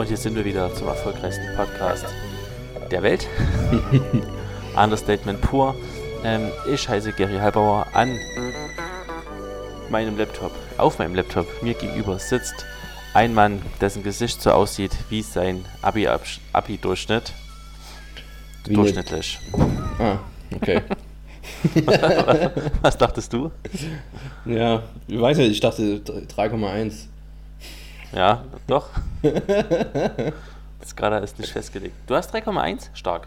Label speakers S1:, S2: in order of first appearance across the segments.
S1: Und hier sind wir wieder zum erfolgreichsten Podcast der Welt. Understatement pur. Ich heiße Gary Halbauer. Auf meinem Laptop mir gegenüber sitzt ein Mann, dessen Gesicht so aussieht wie sein Abi-Durchschnitt. Durchschnittlich.
S2: Ah, okay.
S1: Was dachtest du?
S2: Ja, ich weiß nicht, ich dachte 3,1.
S1: Ja, doch. Das Skala ist nicht festgelegt. Du hast 3,1? Stark.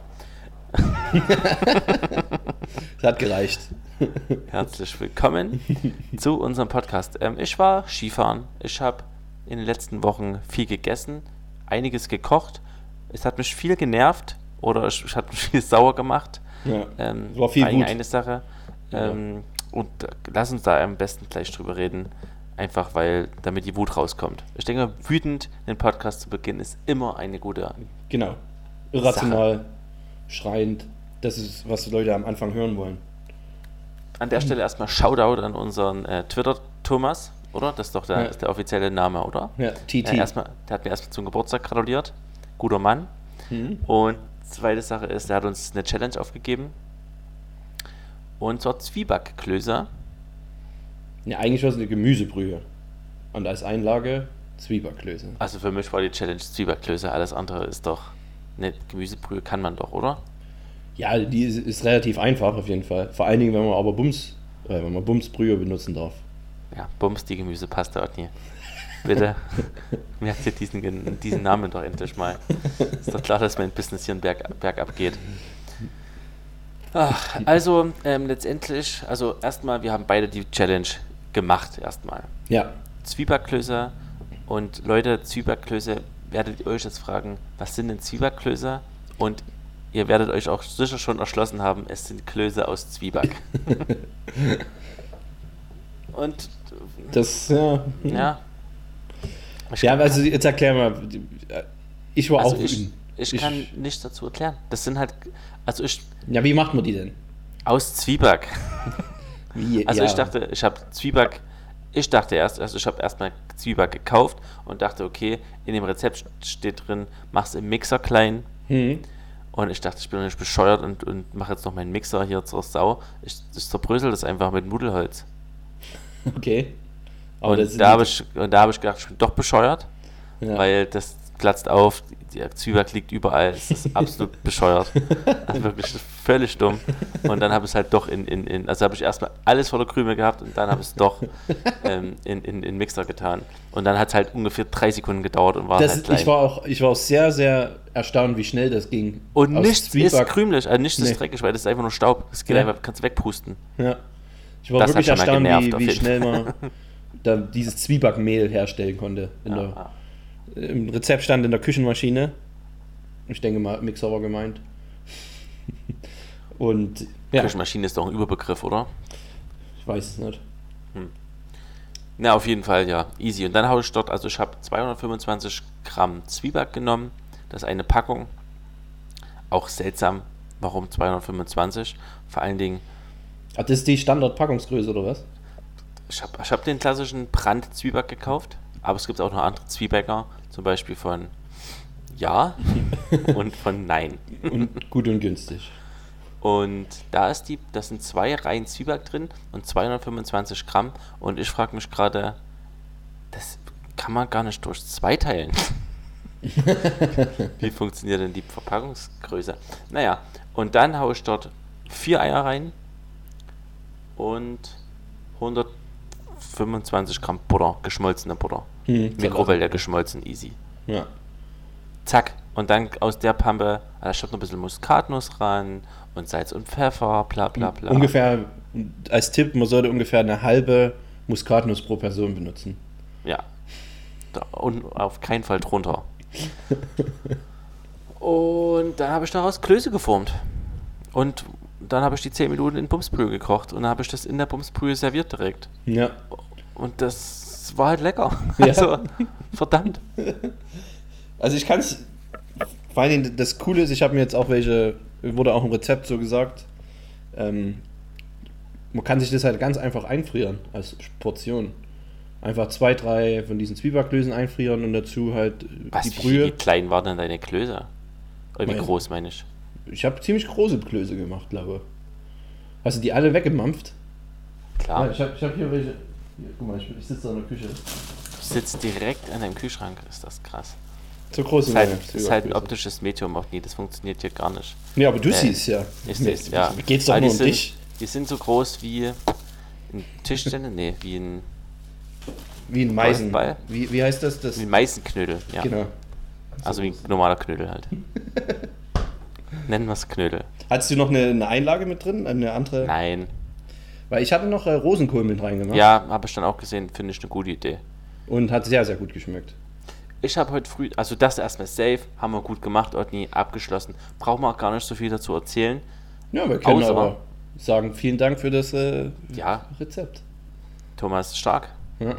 S2: Das hat gereicht.
S1: Herzlich willkommen zu unserem Podcast. Ich war Skifahren. Ich habe in den letzten Wochen viel gegessen, einiges gekocht. Es hat mich viel genervt oder es hat mich viel sauer gemacht.
S2: Ja, war viel gut.
S1: Eine Sache. Und lass uns da am besten gleich drüber reden. Einfach damit die Wut rauskommt. Ich denke, wütend den Podcast zu beginnen ist immer eine gute
S2: Genau. Irrational, schreiend. Das ist, was die Leute am Anfang hören wollen.
S1: An der Stelle erstmal Shoutout an unseren Twitter-Thomas, oder? Das ist doch ist der offizielle Name, oder?
S2: Ja, TT.
S1: Der hat mir erstmal zum Geburtstag gratuliert. Guter Mann. Und zweite Sache ist, der hat uns eine Challenge aufgegeben. Und zwar Zwiebackklöße.
S2: Ja, eigentlich war es eine Gemüsebrühe. Und als Einlage Zwiebackklöße.
S1: Also für mich war die Challenge Zwiebackklöße. Alles andere ist doch... Ne, Gemüsebrühe kann man doch, oder?
S2: Ja, die ist relativ einfach auf jeden Fall. Vor allen Dingen, wenn man aber Bumsbrühe benutzen darf.
S1: Ja, Bums, die Gemüsepaste, Otni. Bitte, merkt ihr diesen Namen doch endlich mal. Ist doch klar, dass mein Business hier bergab geht. Ach, also, letztendlich, erstmal, wir haben beide die Challenge gemacht, erstmal.
S2: Ja.
S1: Zwiebackklöße und Leute, Zwiebackklöße, werdet ihr euch jetzt fragen, was sind denn Zwiebackklöße? Und ihr werdet euch auch sicher schon erschlossen haben, es sind Klöße aus Zwieback. Und
S2: das, ja.
S1: Ja.
S2: Also jetzt erklär mal, ich war auch
S1: wütend. Ich kann nichts dazu erklären. Das sind halt,
S2: Ja, wie macht man die denn?
S1: Aus Zwieback.
S2: Wie?
S1: Also
S2: ja.
S1: ich dachte erst, ich habe erstmal Zwieback gekauft und dachte, okay, in dem Rezept steht drin, mach's im Mixer klein. Und ich dachte, ich bin nicht bescheuert und mache jetzt noch meinen Mixer hier zur Sau. Ich zerbrösel das einfach mit Nudelholz.
S2: Okay.
S1: Aber da habe ich gedacht, ich bin doch bescheuert, weil das platzt auf, der Zwieback liegt überall, es ist absolut bescheuert. Also wirklich völlig dumm. Und dann habe ich es halt doch also habe ich erstmal alles vor der Krümel gehabt und dann habe ich es doch in den Mixer getan. Und dann hat es halt ungefähr 3 Sekunden gedauert und war halt klein.
S2: Ich war auch sehr, sehr erstaunt, wie schnell das ging.
S1: Und nichts ist krümelig, also nichts ist dreckig, weil das ist einfach nur Staub. Das geht einfach, kannst du wegpusten.
S2: Ja. Ich war wirklich erstaunt, wie schnell man da dieses Zwiebackmehl herstellen konnte. Im Rezept stand in der Küchenmaschine. Ich denke mal, Mixer war gemeint. Und ja.
S1: Küchenmaschine ist doch ein Überbegriff, oder?
S2: Ich weiß es nicht.
S1: Na, auf jeden Fall, ja. Easy. Und dann habe ich dort, ich habe 225 Gramm Zwieback genommen. Das ist eine Packung. Auch seltsam, warum 225? Vor allen Dingen...
S2: Ach, das ist die Standardpackungsgröße, oder was?
S1: Ich hab den klassischen Brand-Zwieback gekauft. Aber es gibt auch noch andere Zwiebacker, zum Beispiel von Ja und von Nein.
S2: Und gut und günstig.
S1: Und das sind 2 Reihen Zwieback drin und 225 Gramm. Und ich frage mich gerade, das kann man gar nicht durch 2 teilen. Wie funktioniert denn die Verpackungsgröße? Naja, und dann haue ich dort 4 Eier rein und 125 Gramm Butter, geschmolzene Butter. Mikrowelle geschmolzen, easy.
S2: Ja.
S1: Zack. Und dann aus der Pampe, da schaut noch ein bisschen Muskatnuss ran und Salz und Pfeffer, bla bla bla.
S2: Ungefähr, als Tipp, man sollte ungefähr eine halbe Muskatnuss pro Person benutzen.
S1: Ja. Und auf keinen Fall drunter. Und dann habe ich daraus Klöße geformt. Und dann habe ich die 10 Minuten in Bumsbrühe gekocht und dann habe ich das in der Bumsbrühe serviert direkt.
S2: Ja.
S1: Und das war halt lecker.
S2: Ja.
S1: Also, verdammt.
S2: Also ich kann es, vor allem das Coole ist, ich habe mir jetzt auch wurde auch im Rezept so gesagt, man kann sich das halt ganz einfach einfrieren als Portion. Einfach 2, 3 von diesen Zwiebackklößen einfrieren und dazu halt
S1: die Brühe. Wie klein waren denn deine Klöße? Oder wie groß, meine ich?
S2: Ich habe ziemlich große Klöße gemacht, glaube ich. Hast du die alle weggemampft?
S1: Klar.
S2: Ja, ich hab hier welche. Hier, guck mal, ich sitze da in der Küche.
S1: Du sitzt direkt an deinem Kühlschrank, ist das krass.
S2: So groß
S1: ist halt ein optisches Medium auch nie, das funktioniert hier gar nicht.
S2: Ja, aber du siehst ja.
S1: Ich sehe es, ja.
S2: Geht's doch nur um dich?
S1: Die sind so groß wie ein Tischtennis, nee, wie ein
S2: Meisenball. Wie heißt das?
S1: Wie ein Meißenknödel, ja.
S2: Genau.
S1: Also wie ein normaler Knödel halt. Nennen wir es Knödel.
S2: Hattest du noch eine Einlage mit drin? Eine andere?
S1: Nein.
S2: Weil ich hatte noch Rosenkohl mit reingemacht.
S1: Ja, habe ich dann auch gesehen, finde ich eine gute Idee.
S2: Und hat sehr, sehr gut geschmeckt.
S1: Ich habe heute früh, also das erstmal safe, haben wir gut gemacht, Otni, abgeschlossen. Brauchen wir auch gar nicht so viel dazu erzählen.
S2: Ja, wir können aber sagen, vielen Dank für das Rezept.
S1: Thomas ist stark.
S2: Ja.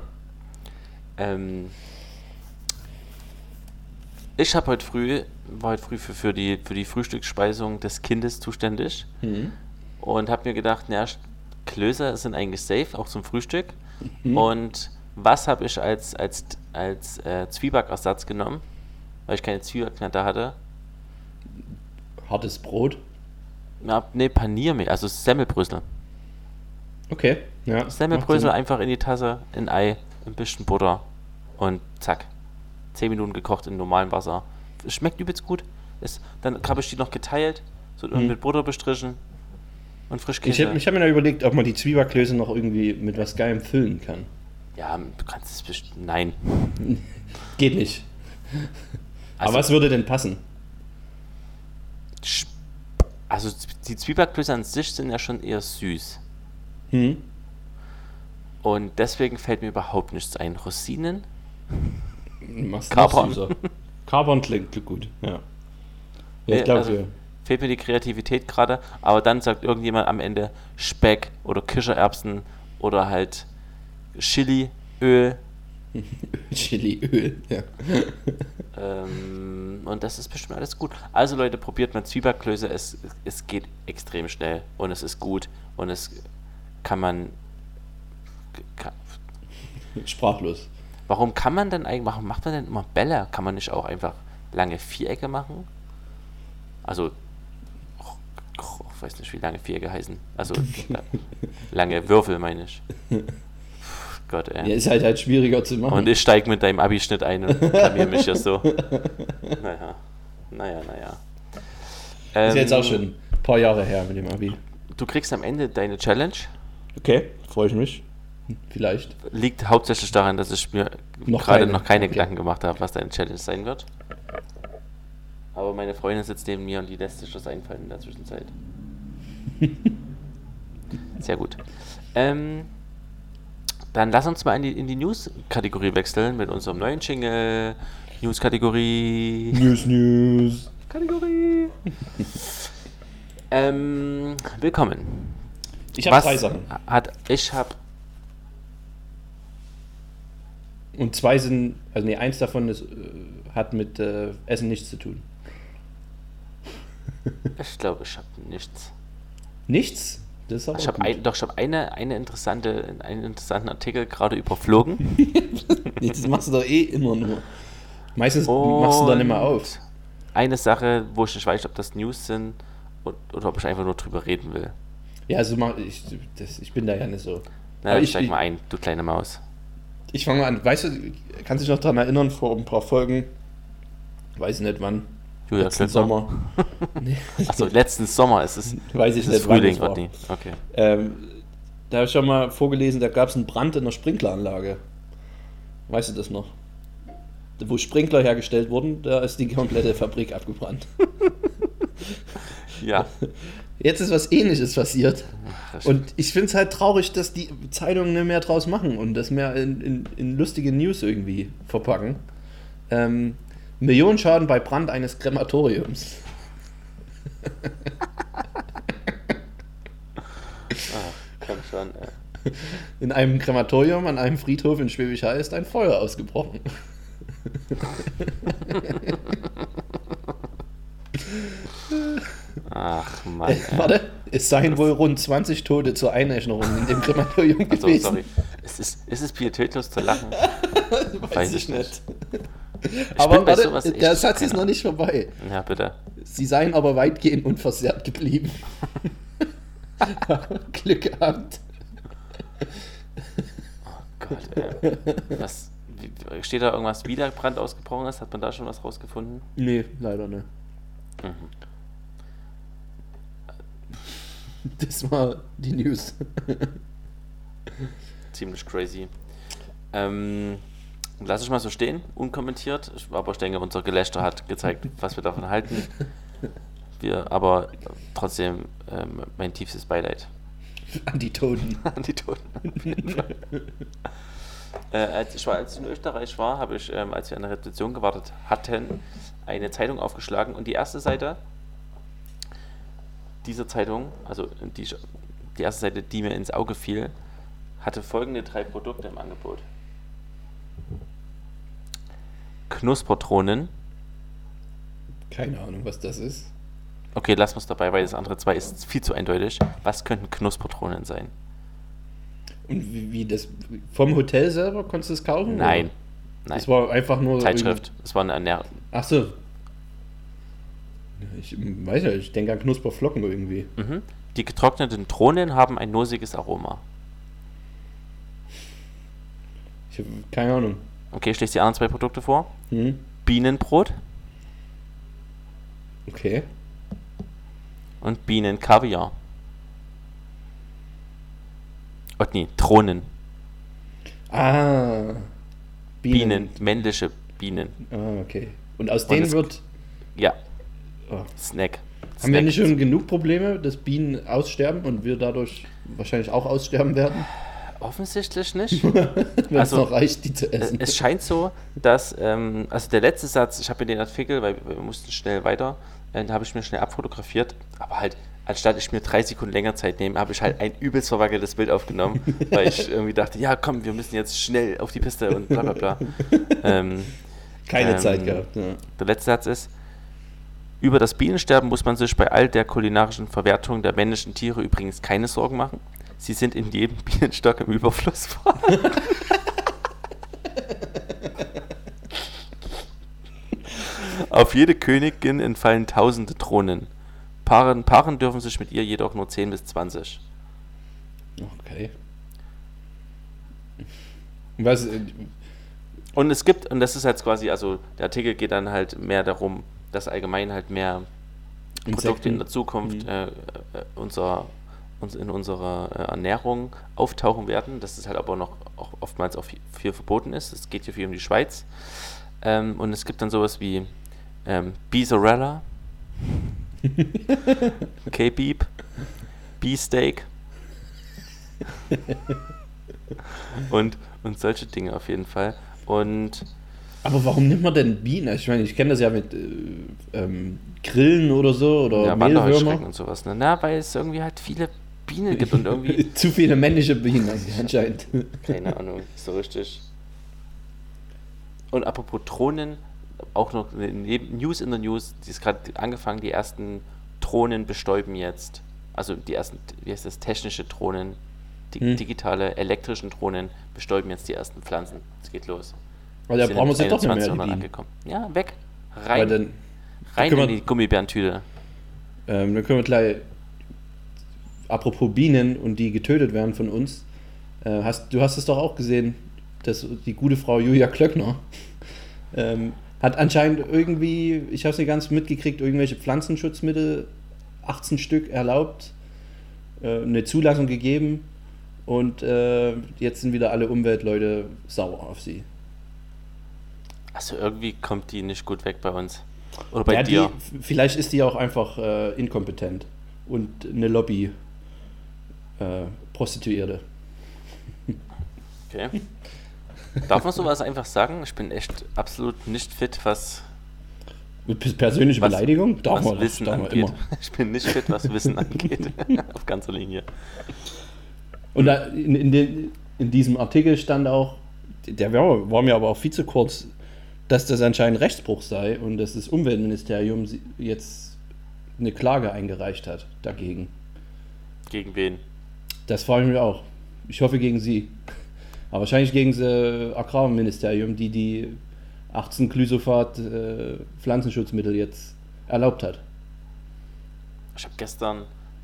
S1: Ich habe war heute früh für die Frühstücksspeisung des Kindes zuständig und habe mir gedacht, Klöße sind eigentlich safe, auch zum Frühstück. Und was habe ich als Zwieback-Ersatz genommen, weil ich keine Zwieback mehr da hatte?
S2: Hartes Brot?
S1: Ja, nee, Paniermehl, also Semmelbrösel.
S2: Okay, ja.
S1: Semmelbrösel einfach in die Tasse, ein Ei, ein bisschen Butter und zack. 10 Minuten gekocht in normalem Wasser. Es schmeckt übelst gut. Dann habe ich die noch geteilt, so mit Butter bestrichen und Frischkäse.
S2: Ich hab mir noch überlegt, ob man die Zwiebackklöße noch irgendwie mit was Geilem füllen kann.
S1: Ja, du kannst es bestimmt. Nein.
S2: Geht nicht. Also, aber was würde denn passen?
S1: Also die Zwiebackklöße an sich sind ja schon eher süß. Und deswegen fällt mir überhaupt nichts ein. Rosinen?
S2: Kapern. Kapern klingt gut, ja. Ich glaube,
S1: fehlt mir die Kreativität gerade, aber dann sagt irgendjemand am Ende Speck oder Kichererbsen oder halt Chiliöl.
S2: Chiliöl, ja.
S1: Und das ist bestimmt alles gut. Also Leute, probiert mal Zwiebackklöße, es geht extrem schnell und es ist gut und es kann man...
S2: Sprachlos.
S1: Warum macht man denn immer Bälle? Kann man nicht auch einfach lange Vierecke machen? Also, ich weiß nicht, wie lange Vierecke heißen. Also, lange Würfel, meine ich. Gott, ey.
S2: Ja, ist halt schwieriger zu machen.
S1: Und ich steige mit deinem Abi-Schnitt ein und blamier mich ja so. Naja.
S2: Ist jetzt auch schon ein paar Jahre her mit dem Abi.
S1: Du kriegst am Ende deine Challenge.
S2: Okay, freue ich mich. Vielleicht.
S1: Liegt hauptsächlich daran, dass ich mir gerade noch keine Gedanken gemacht habe, was deine Challenge sein wird. Aber meine Freundin sitzt neben mir und die lässt sich das einfallen in der Zwischenzeit. Sehr gut. Dann lass uns mal in die News-Kategorie wechseln mit unserem neuen Jingle. News-Kategorie.
S2: News.
S1: Kategorie. Willkommen.
S2: Ich habe 3 Sachen.
S1: Ich habe...
S2: Und 2 sind, also eins davon hat mit Essen nichts zu tun.
S1: Ich glaube, ich habe nichts.
S2: Nichts? Das ist aber
S1: ich habe einen interessanten Artikel gerade überflogen.
S2: Das machst du doch immer nur. Meistens machst du dann immer auf.
S1: Eine Sache, wo ich nicht weiß, ob das News sind oder ob ich einfach nur drüber reden will.
S2: Ja, also ich bin da ja nicht so.
S1: Na, steig mal ein, du kleine Maus.
S2: Ich fange mal an. Weißt du, kannst dich noch daran erinnern, vor ein paar Folgen, weiß ich nicht wann,
S1: Julia
S2: letzten Sommer.
S1: Achso, letzten Sommer ist es.
S2: Weiß ich nicht,
S1: Frühling, wann das war. Okay.
S2: Da habe ich schon mal vorgelesen, da gab es einen Brand in der Sprinkleranlage. Weißt du das noch? Wo Sprinkler hergestellt wurden, da ist die komplette Fabrik abgebrannt.
S1: Ja.
S2: Jetzt ist was Ähnliches passiert. Und ich finde es halt traurig, dass die Zeitungen nicht mehr draus machen und das mehr in lustige News irgendwie verpacken. Millionenschaden bei Brand eines Krematoriums.
S1: Komm schon, ey.
S2: In einem Krematorium an einem Friedhof in Schwäbisch Hall ist ein Feuer ausgebrochen.
S1: Ach Mann.
S2: Warte, Es seien wohl rund 20 Tote zur Einäscherung in dem Krematorium gewesen.
S1: Sorry. Ist es pietätlos zu lachen?
S2: Weiß ich nicht. Aber warte, der Satz ist noch nicht vorbei.
S1: Ja, bitte.
S2: Sie seien aber weitgehend unversehrt geblieben. Glück gehabt.
S1: Oh Gott, ey. Steht da irgendwas, wie der Brand ausgebrochen ist? Hat man da schon was rausgefunden?
S2: Nee, leider nicht. Das war die News.
S1: Ziemlich crazy. Lass ich mal so stehen, unkommentiert. Aber ich denke, unser Gelächter hat gezeigt, was wir davon halten. Aber trotzdem mein tiefstes Beileid.
S2: An die Toten.
S1: An die Toten. Als ich in Österreich war, habe ich, als wir an der Rezeption gewartet hatten, eine Zeitung aufgeschlagen und die erste Seite dieser Zeitung, also die erste Seite, die mir ins Auge fiel, hatte folgende 3 Produkte im Angebot. Knuspertronen.
S2: Keine Ahnung, was das ist.
S1: Okay, lassen wir es dabei, weil das andere 2 ist viel zu eindeutig. Was könnten Knuspertronen sein?
S2: Und wie das vom Hotel selber konntest du es kaufen?
S1: Nein.
S2: Oder? Nein. Es war einfach nur
S1: Zeitschrift. Es war eine Ernährung.
S2: Ach so. Ich weiß nicht, ich denke an Knusperflocken irgendwie.
S1: Mhm. Die getrockneten Drohnen haben ein nussiges Aroma.
S2: Ich habe keine Ahnung.
S1: Okay, ich lese die anderen 2 Produkte vor. Bienenbrot.
S2: Okay.
S1: Und Bienenkaviar. Oh nee, Drohnen.
S2: Ah.
S1: Bienen, männliche Bienen.
S2: Ah, okay. Und aus denen wird...
S1: Ja. Snack.
S2: Haben wir nicht schon genug Probleme, dass Bienen aussterben und wir dadurch wahrscheinlich auch aussterben werden?
S1: Offensichtlich nicht.
S2: Wenn es noch reicht, die zu essen.
S1: Es scheint so, dass, also der letzte Satz, ich habe mir den Artikel, weil wir mussten schnell weiter, da habe ich mir schnell abfotografiert, aber halt, anstatt ich mir 3 Sekunden länger Zeit nehme, habe ich halt ein übelst verwackeltes Bild aufgenommen, weil ich irgendwie dachte, ja komm, wir müssen jetzt schnell auf die Piste und bla bla bla.
S2: Keine Zeit gehabt. Ja.
S1: Der letzte Satz ist: Über das Bienensterben muss man sich bei all der kulinarischen Verwertung der männlichen Tiere übrigens keine Sorgen machen. Sie sind in jedem Bienenstock im Überfluss vorhanden. Auf jede Königin entfallen tausende Drohnen. Paaren dürfen sich mit ihr jedoch nur 10 bis 20.
S2: Okay.
S1: Und es gibt, und das ist jetzt quasi, also der Artikel geht dann halt mehr darum, dass allgemein halt mehr Produkte in der Zukunft uns in unserer Ernährung auftauchen werden, dass es halt aber noch auch oftmals auch viel verboten ist. Es geht hier viel um die Schweiz. Und es gibt dann sowas wie Beezerella, K-Beep, Beefsteak und solche Dinge auf jeden Fall.
S2: Aber warum nimmt man denn Bienen? Ich meine, ich kenne das ja mit Grillen oder so oder
S1: ja, Mehlwürmer und sowas. Ne? Na, weil es irgendwie halt viele Bienen gibt und irgendwie...
S2: Zu viele männliche Bienen anscheinend.
S1: Keine Ahnung, so richtig. Und apropos Drohnen, auch noch News in der News, die ist gerade angefangen, die ersten Drohnen bestäuben jetzt. Also die ersten, wie heißt das, technische Drohnen, digitale, elektrische Drohnen bestäuben jetzt die ersten Pflanzen. Es geht los.
S2: Weil da brauchen wir sie doch nicht mehr,
S1: angekommen. Ja, weg. Rein in die Gummibärentüte.
S2: Dann können wir gleich, apropos Bienen und die getötet werden von uns, du hast es doch auch gesehen, dass die gute Frau Julia Klöckner hat anscheinend irgendwie, ich habe es nicht ganz mitgekriegt, irgendwelche Pflanzenschutzmittel, 18 Stück erlaubt, eine Zulassung gegeben und jetzt sind wieder alle Umweltleute sauer auf sie.
S1: Also irgendwie kommt die nicht gut weg bei uns. Oder bei dir.
S2: Vielleicht ist die auch einfach inkompetent und eine Lobby Prostituierte.
S1: Okay. Darf man sowas einfach sagen? Ich bin echt absolut nicht fit, was...
S2: Persönliche Beleidigung?
S1: Darf man Wissen angeht. Immer. Ich bin nicht fit, was Wissen angeht. Auf ganzer Linie.
S2: Und da in diesem Artikel stand auch, der war mir aber auch viel zu kurz, dass das anscheinend Rechtsbruch sei und dass das Umweltministerium jetzt eine Klage eingereicht hat dagegen.
S1: Gegen wen?
S2: Das frage ich mich auch. Ich hoffe gegen Sie. Aber wahrscheinlich gegen das Agrarministerium, die 18 Glyphosat Pflanzenschutzmittel jetzt erlaubt hat.
S1: Ich habe gestern,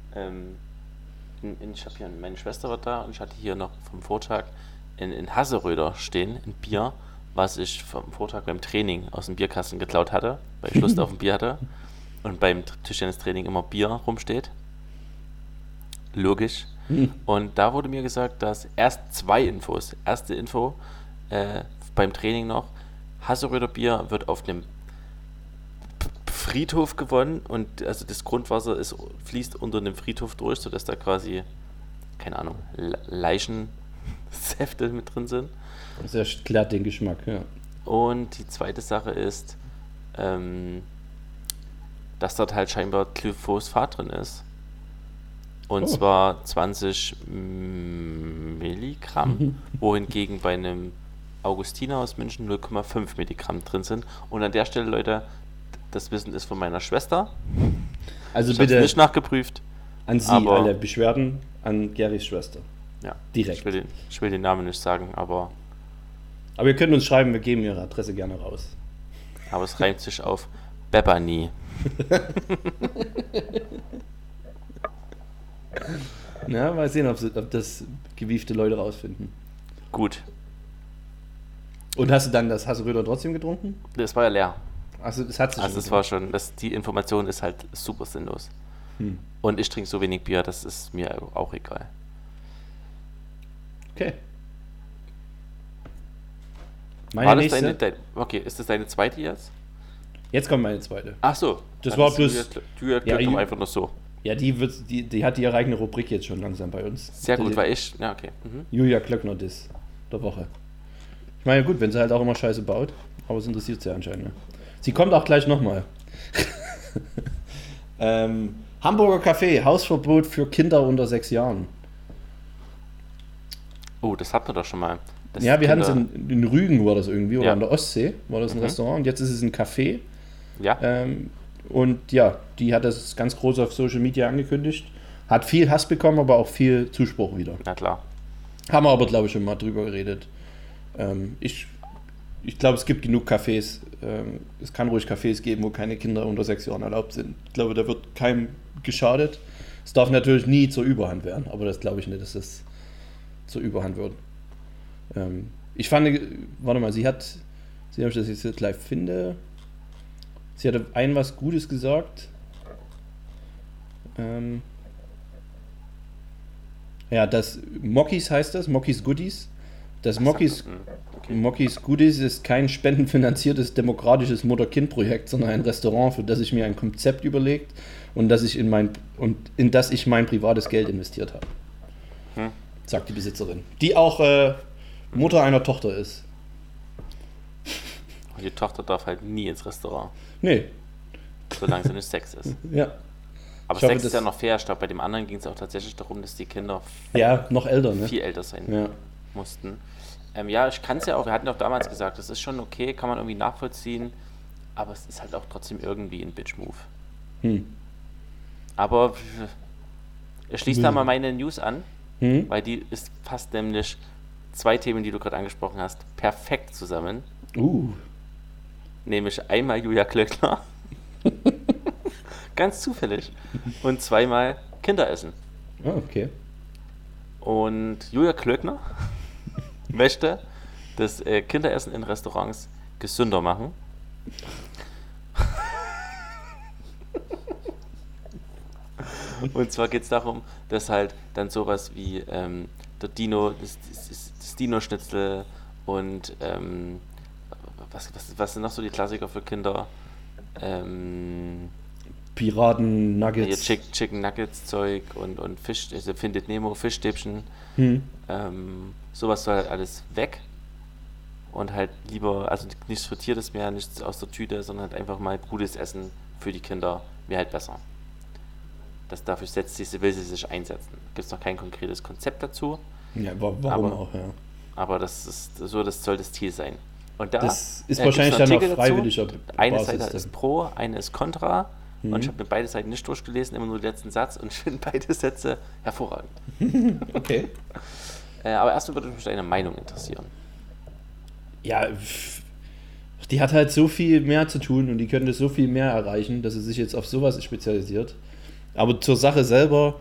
S1: ich habe hier, meine Schwester war da und ich hatte hier noch vom Vortag in Hasseröder stehen, ein Bier, was ich vom Vortag beim Training aus dem Bierkasten geklaut hatte, weil ich Lust auf ein Bier hatte und beim Tischtennistraining immer Bier rumsteht. Logisch. Und da wurde mir gesagt, dass erst 2 Infos. Erste Info beim Training noch, Hasseröder Bier wird auf einem Friedhof gewonnen und also das Grundwasser fließt unter einem Friedhof durch, sodass da quasi, keine Ahnung, Leichensäfte mit drin sind.
S2: Das erklärt den Geschmack, ja.
S1: Und die zweite Sache ist, dass dort halt scheinbar Glyphosat drin ist. Und zwar 20 Milligramm, wohingegen bei einem Augustiner aus München 0,5 Milligramm drin sind. Und an der Stelle, Leute, das Wissen ist von meiner Schwester.
S2: Also
S1: ich
S2: bitte
S1: nicht nachgeprüft.
S2: An Sie alle Beschwerden an Gerrys Schwester.
S1: Ja,
S2: direkt.
S1: Ich will den Namen nicht sagen, aber
S2: ihr könnt uns schreiben, wir geben Ihre Adresse gerne raus.
S1: Aber es reimt sich auf Bebani.
S2: Na, mal sehen, ob das gewiefte Leute rausfinden.
S1: Gut.
S2: Und hast du dann das Hasseröder trotzdem getrunken?
S1: Das war ja leer.
S2: Also das hat sich
S1: Also es war schon, die Information ist halt super sinnlos. Und ich trinke so wenig Bier, das ist mir auch egal.
S2: Okay.
S1: War das okay, ist das deine zweite jetzt?
S2: Jetzt kommt meine zweite.
S1: Ach so.
S2: Das war bloß...
S1: Ja, einfach nur so.
S2: Ja, die hat ihre eigene Rubrik jetzt schon langsam bei uns.
S1: Sehr gut, weil ich... Ja, okay.
S2: Julia Klöckner Diss der Woche. Ich meine, gut, wenn sie halt auch immer Scheiße baut, aber es interessiert sie anscheinend. Ne? Sie kommt auch gleich nochmal. Hamburger Café, Hausverbot für Kinder unter 6 Jahren.
S1: Oh, das hatten wir doch schon mal.
S2: Ja, wir hatten es in Rügen, war das irgendwie, oder an der Ostsee, war das ein Restaurant. Und jetzt ist es ein Café.
S1: Ja.
S2: Und ja, die hat das ganz groß auf Social Media angekündigt. Hat viel Hass bekommen, aber auch viel Zuspruch wieder.
S1: Na klar.
S2: Haben wir aber, glaube ich, schon mal drüber geredet. Ich glaube, es gibt genug Cafés. Es kann ruhig Cafés geben, wo keine Kinder unter 6 Jahren erlaubt sind. Ich glaube, da wird keinem geschadet. Es darf natürlich nie zur Überhand werden, aber das glaube ich nicht, dass das zur Überhand wird. Ich fand, warte mal, ob ich das jetzt gleich finde, sie hatte was Gutes gesagt. Ja, das Mockies heißt das, Mockies Goodies. Das Mockies Goodies ist kein spendenfinanziertes demokratisches Mutter-Kind-Projekt, sondern ein Restaurant, für das ich mir ein Konzept überlegt und in das ich mein privates Geld investiert habe. Sagt die Besitzerin. Die auch Mutter einer Tochter ist.
S1: Und die Tochter darf halt nie ins Restaurant.
S2: Nee.
S1: Solange sie nicht Sex ist.
S2: Ja.
S1: Aber Sex ist ja noch fair. Ich glaube, bei dem anderen ging es auch tatsächlich darum, dass die Kinder
S2: noch älter, ne?
S1: viel älter sein mussten. Ja, ich kann es ja auch, wir hatten ja auch damals gesagt, das ist schon okay, kann man irgendwie nachvollziehen, aber es ist halt auch trotzdem irgendwie ein Bitch-Move. Aber ich schließe da mal meine News an, weil die fasst nämlich 2 Themen, die du gerade angesprochen hast, perfekt zusammen. Nämlich einmal Julia Klöckner, ganz zufällig, und 2-mal Kinderessen.
S2: Okay.
S1: Und Julia Klöckner möchte das Kinderessen in Restaurants gesünder machen. Und zwar geht es darum, dass halt dann sowas wie der Dino, das Dino-Schnitzel und was sind noch so die Klassiker für Kinder?
S2: Piraten-Nuggets.
S1: Chicken Nuggets Zeug und Fisch, also Findet Nemo, Fischstäbchen. Sowas soll halt alles weg. Und halt lieber, also nichts Frittiertes mehr, nichts aus der Tüte, sondern halt einfach mal gutes Essen für die Kinder wäre halt besser. Dafür will sie sich einsetzen. Gibt es noch kein konkretes Konzept dazu.
S2: Ja, warum auch, ja.
S1: Aber das soll das Ziel sein. Und da
S2: das ist wahrscheinlich dann auf freiwilliger Basis.
S1: Eine Seite ist pro, eine ist contra. Und ich habe mir beide Seiten nicht durchgelesen, immer nur den letzten Satz und ich finde beide Sätze hervorragend.
S2: Okay.
S1: Aber erstmal würde mich deine Meinung interessieren.
S2: Ja, die hat halt so viel mehr zu tun und die könnte so viel mehr erreichen, dass sie sich jetzt auf sowas spezialisiert. Aber zur Sache selber,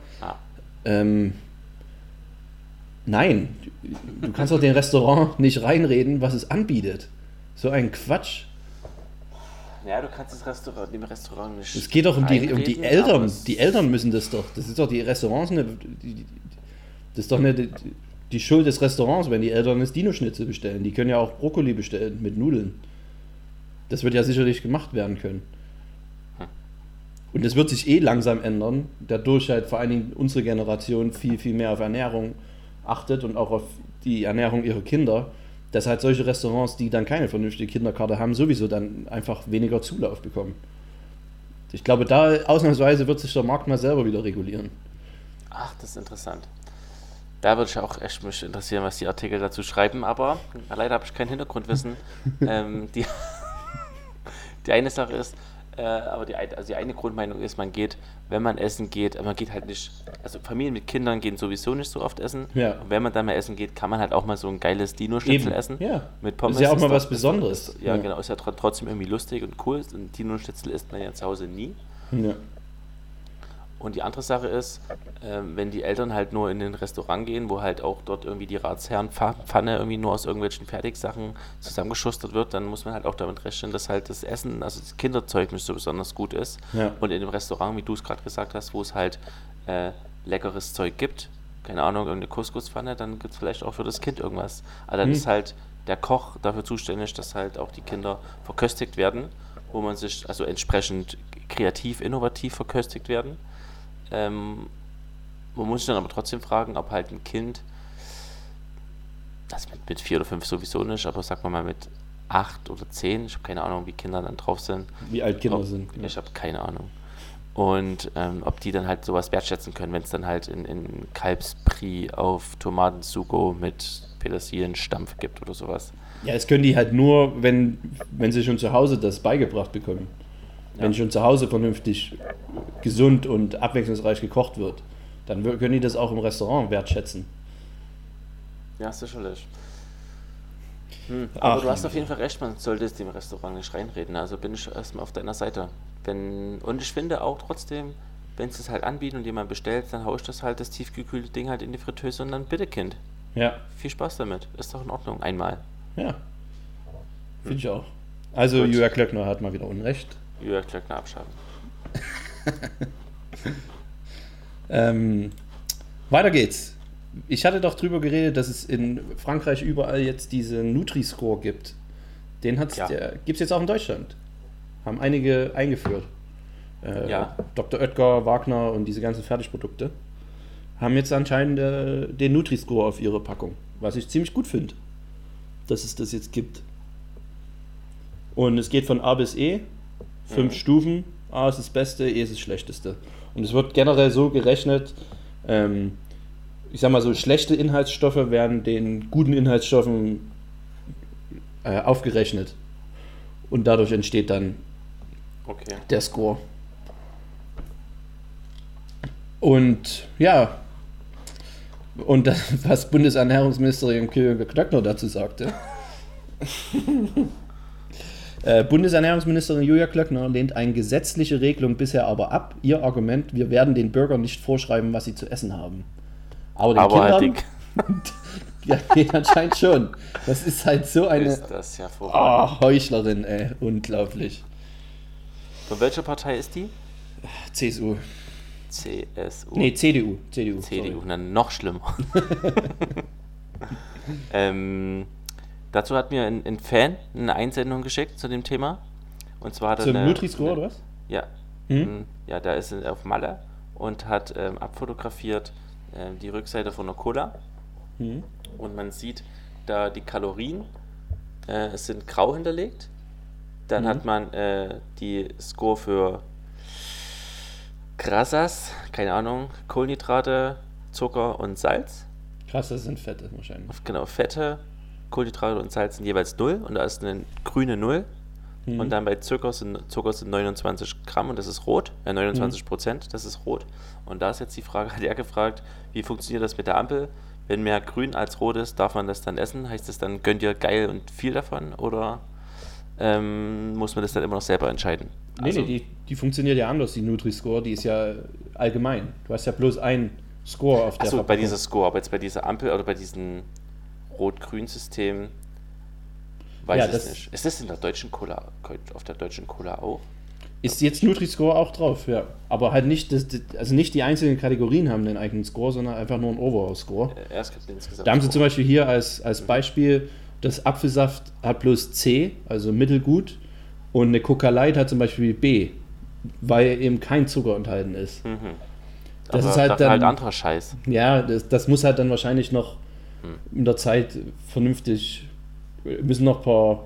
S2: nein, du kannst doch dem Restaurant nicht reinreden, was es anbietet. So ein Quatsch.
S1: Ja, du kannst dem Restaurant nicht.
S2: Es geht doch um die Eltern. Die Eltern müssen das doch. Das ist doch die Restaurants. Das ist doch nicht die Schuld des Restaurants, wenn die Eltern das Dino-Schnitzel bestellen. Die können ja auch Brokkoli bestellen mit Nudeln. Das wird ja sicherlich gemacht werden können. Und das wird sich langsam ändern, dadurch halt vor allen Dingen unsere Generation viel, viel mehr auf Ernährung achtet und auch auf die Ernährung ihrer Kinder, dass halt solche Restaurants, die dann keine vernünftige Kinderkarte haben, sowieso dann einfach weniger Zulauf bekommen. Ich glaube, da ausnahmsweise wird sich der Markt mal selber wieder regulieren.
S1: Ach, das ist interessant. Da würde ich auch echt mich interessieren, was die Artikel dazu schreiben, aber leider habe ich kein Hintergrundwissen. Die eine Sache ist, aber die eine Grundmeinung ist, man geht, wenn man essen geht, man geht halt nicht, also Familien mit Kindern gehen sowieso nicht so oft essen. Ja. Und wenn man dann mal essen geht, kann man halt auch mal so ein geiles Dino-Schnitzel essen.
S2: Ja.
S1: Mit Pommes.
S2: Ist ja auch mal was Besonderes.
S1: Ja, genau, ist ja trotzdem irgendwie lustig und cool. Ein Dino-Schnitzel isst man ja zu Hause nie. Ja. Und die andere Sache ist, wenn die Eltern halt nur in den Restaurant gehen, wo halt auch dort irgendwie die Ratsherrenpfanne irgendwie nur aus irgendwelchen Fertigsachen zusammengeschustert wird, dann muss man halt auch damit rechnen, dass halt das Essen, also das Kinderzeug nicht so besonders gut ist. Ja. Und in dem Restaurant, wie du es gerade gesagt hast, wo es halt leckeres Zeug gibt, keine Ahnung, irgendeine Couscous-Pfanne, dann gibt es vielleicht auch für das Kind irgendwas. Aber dann ist halt der Koch dafür zuständig, dass halt auch die Kinder verköstigt werden, wo man sich also entsprechend kreativ, innovativ verköstigt werden. Man muss sich dann aber trotzdem fragen, ob halt ein Kind, das mit 4 oder 5 sowieso nicht, aber sagen wir mal mit 8 oder 10, ich habe keine Ahnung, wie Kinder dann drauf sind.
S2: Wie alt Kinder sind.
S1: Ja. Ich habe keine Ahnung. Und ob die dann halt sowas wertschätzen können, wenn es dann halt in Kalbsbrie auf Tomatensugo mit Petersilienstampf gibt oder sowas.
S2: Ja, es können die halt nur, wenn sie schon zu Hause das beigebracht bekommen. Ja. Wenn schon zu Hause vernünftig gesund und abwechslungsreich gekocht wird, dann können die das auch im Restaurant wertschätzen.
S1: Ja, sicherlich. Aber du hast auf jeden Fall recht, man sollte es dem Restaurant nicht reinreden. Also bin ich erstmal auf deiner Seite. Und ich finde auch trotzdem, wenn sie es halt anbieten und jemand bestellt, dann haue ich das tiefgekühlte Ding halt in die Fritteuse und dann bitte, Kind.
S2: Ja.
S1: Viel Spaß damit. Ist doch in Ordnung. Einmal.
S2: Ja. Finde ich auch. Also Julia Klöckner hat mal wieder Unrecht.
S1: Julia Klöckner abschaffen.
S2: Weiter geht's. Ich hatte doch drüber geredet, dass es in Frankreich überall jetzt diese Nutri-Score gibt. Den gibt es jetzt auch in Deutschland. Haben einige eingeführt. Dr. Oetker, Wagner und diese ganzen Fertigprodukte haben jetzt anscheinend den Nutri-Score auf ihre Packung. Was ich ziemlich gut finde, dass es das jetzt gibt. Und es geht von A bis E. 5 Stufen. A ist das Beste, E ist das Schlechteste. Und es wird generell so gerechnet, ich sag mal so, schlechte Inhaltsstoffe werden den guten Inhaltsstoffen aufgerechnet. Und dadurch entsteht dann der Score. Und ja, und das, was Bundesernährungsministerin Klöckner dazu sagte. Bundesernährungsministerin Julia Klöckner lehnt eine gesetzliche Regelung bisher aber ab. Ihr Argument, wir werden den Bürgern nicht vorschreiben, was sie zu essen haben. Aber den Kindern, ja, geht anscheinend schon. Das ist halt so eine Heuchlerin, ey. Unglaublich.
S1: Von welcher Partei ist die?
S2: CSU.
S1: CSU?
S2: Nee, CDU.
S1: CDU, dann noch schlimmer. Dazu hat mir ein Fan eine Einsendung geschickt zu dem Thema. Und zwar hat er
S2: zum Nutri-Score oder was?
S1: Ja. Ja, da ist er auf Malle und hat abfotografiert die Rückseite von einer Cola. Und man sieht da die Kalorien sind grau hinterlegt. Dann hat man die Score für Grassas, keine Ahnung, Kohlenhydrate, Zucker und Salz.
S2: Grassas sind Fette wahrscheinlich.
S1: Genau, Fette, Kohlenhydrate und Salz sind jeweils 0 und da ist eine grüne 0 Und dann bei Zucker sind 29 Gramm und das ist rot, 29%, das ist rot. Und da ist jetzt die Frage, hat er gefragt, wie funktioniert das mit der Ampel? Wenn mehr grün als rot ist, darf man das dann essen? Heißt das dann, gönnt ihr geil und viel davon? Oder muss man das dann immer noch selber entscheiden?
S2: Nee, die funktioniert ja anders, die Nutri-Score, die ist ja allgemein. Du hast ja bloß einen Score auf der
S1: Achso, bei dieser Score, aber jetzt bei dieser Ampel oder bei diesem Rot-Grün-System weiß ich nicht. Ist das in der deutschen Cola, auf der deutschen Cola auch?
S2: Ist jetzt Nutri-Score auch drauf, ja. Aber halt nicht, nicht die einzelnen Kategorien haben einen eigenen Score, sondern einfach nur einen Overall-Score. Da haben sie zum Beispiel hier als Beispiel, das Apfelsaft hat bloß C, also mittelgut, und eine Coca Light hat zum Beispiel B, weil eben kein Zucker enthalten ist.
S1: Mhm.
S2: Das ist halt dann
S1: halt anderer Scheiß.
S2: Ja, das muss halt dann wahrscheinlich noch in der Zeit vernünftig, müssen noch ein paar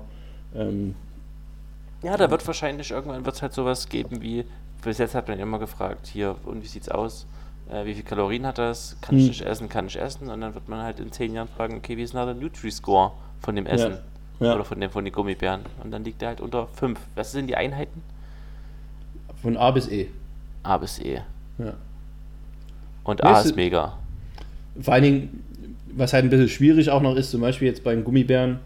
S1: ja, da wird wahrscheinlich irgendwann halt sowas geben wie, bis jetzt hat man immer gefragt, hier, und wie sieht's aus? Wie viel Kalorien hat das? Kann ich nicht essen? Kann ich essen? Und dann wird man halt in 10 Jahren fragen, okay, wie ist denn der Nutri-Score von dem Essen? Ja. Oder von den Gummibären? Und dann liegt der halt unter 5. Was sind die Einheiten?
S2: Von A bis E.
S1: A bis E.
S2: Ja.
S1: Und A ist mega.
S2: Vor allen Dingen, was halt ein bisschen schwierig auch noch ist, zum Beispiel jetzt beim Gummibären,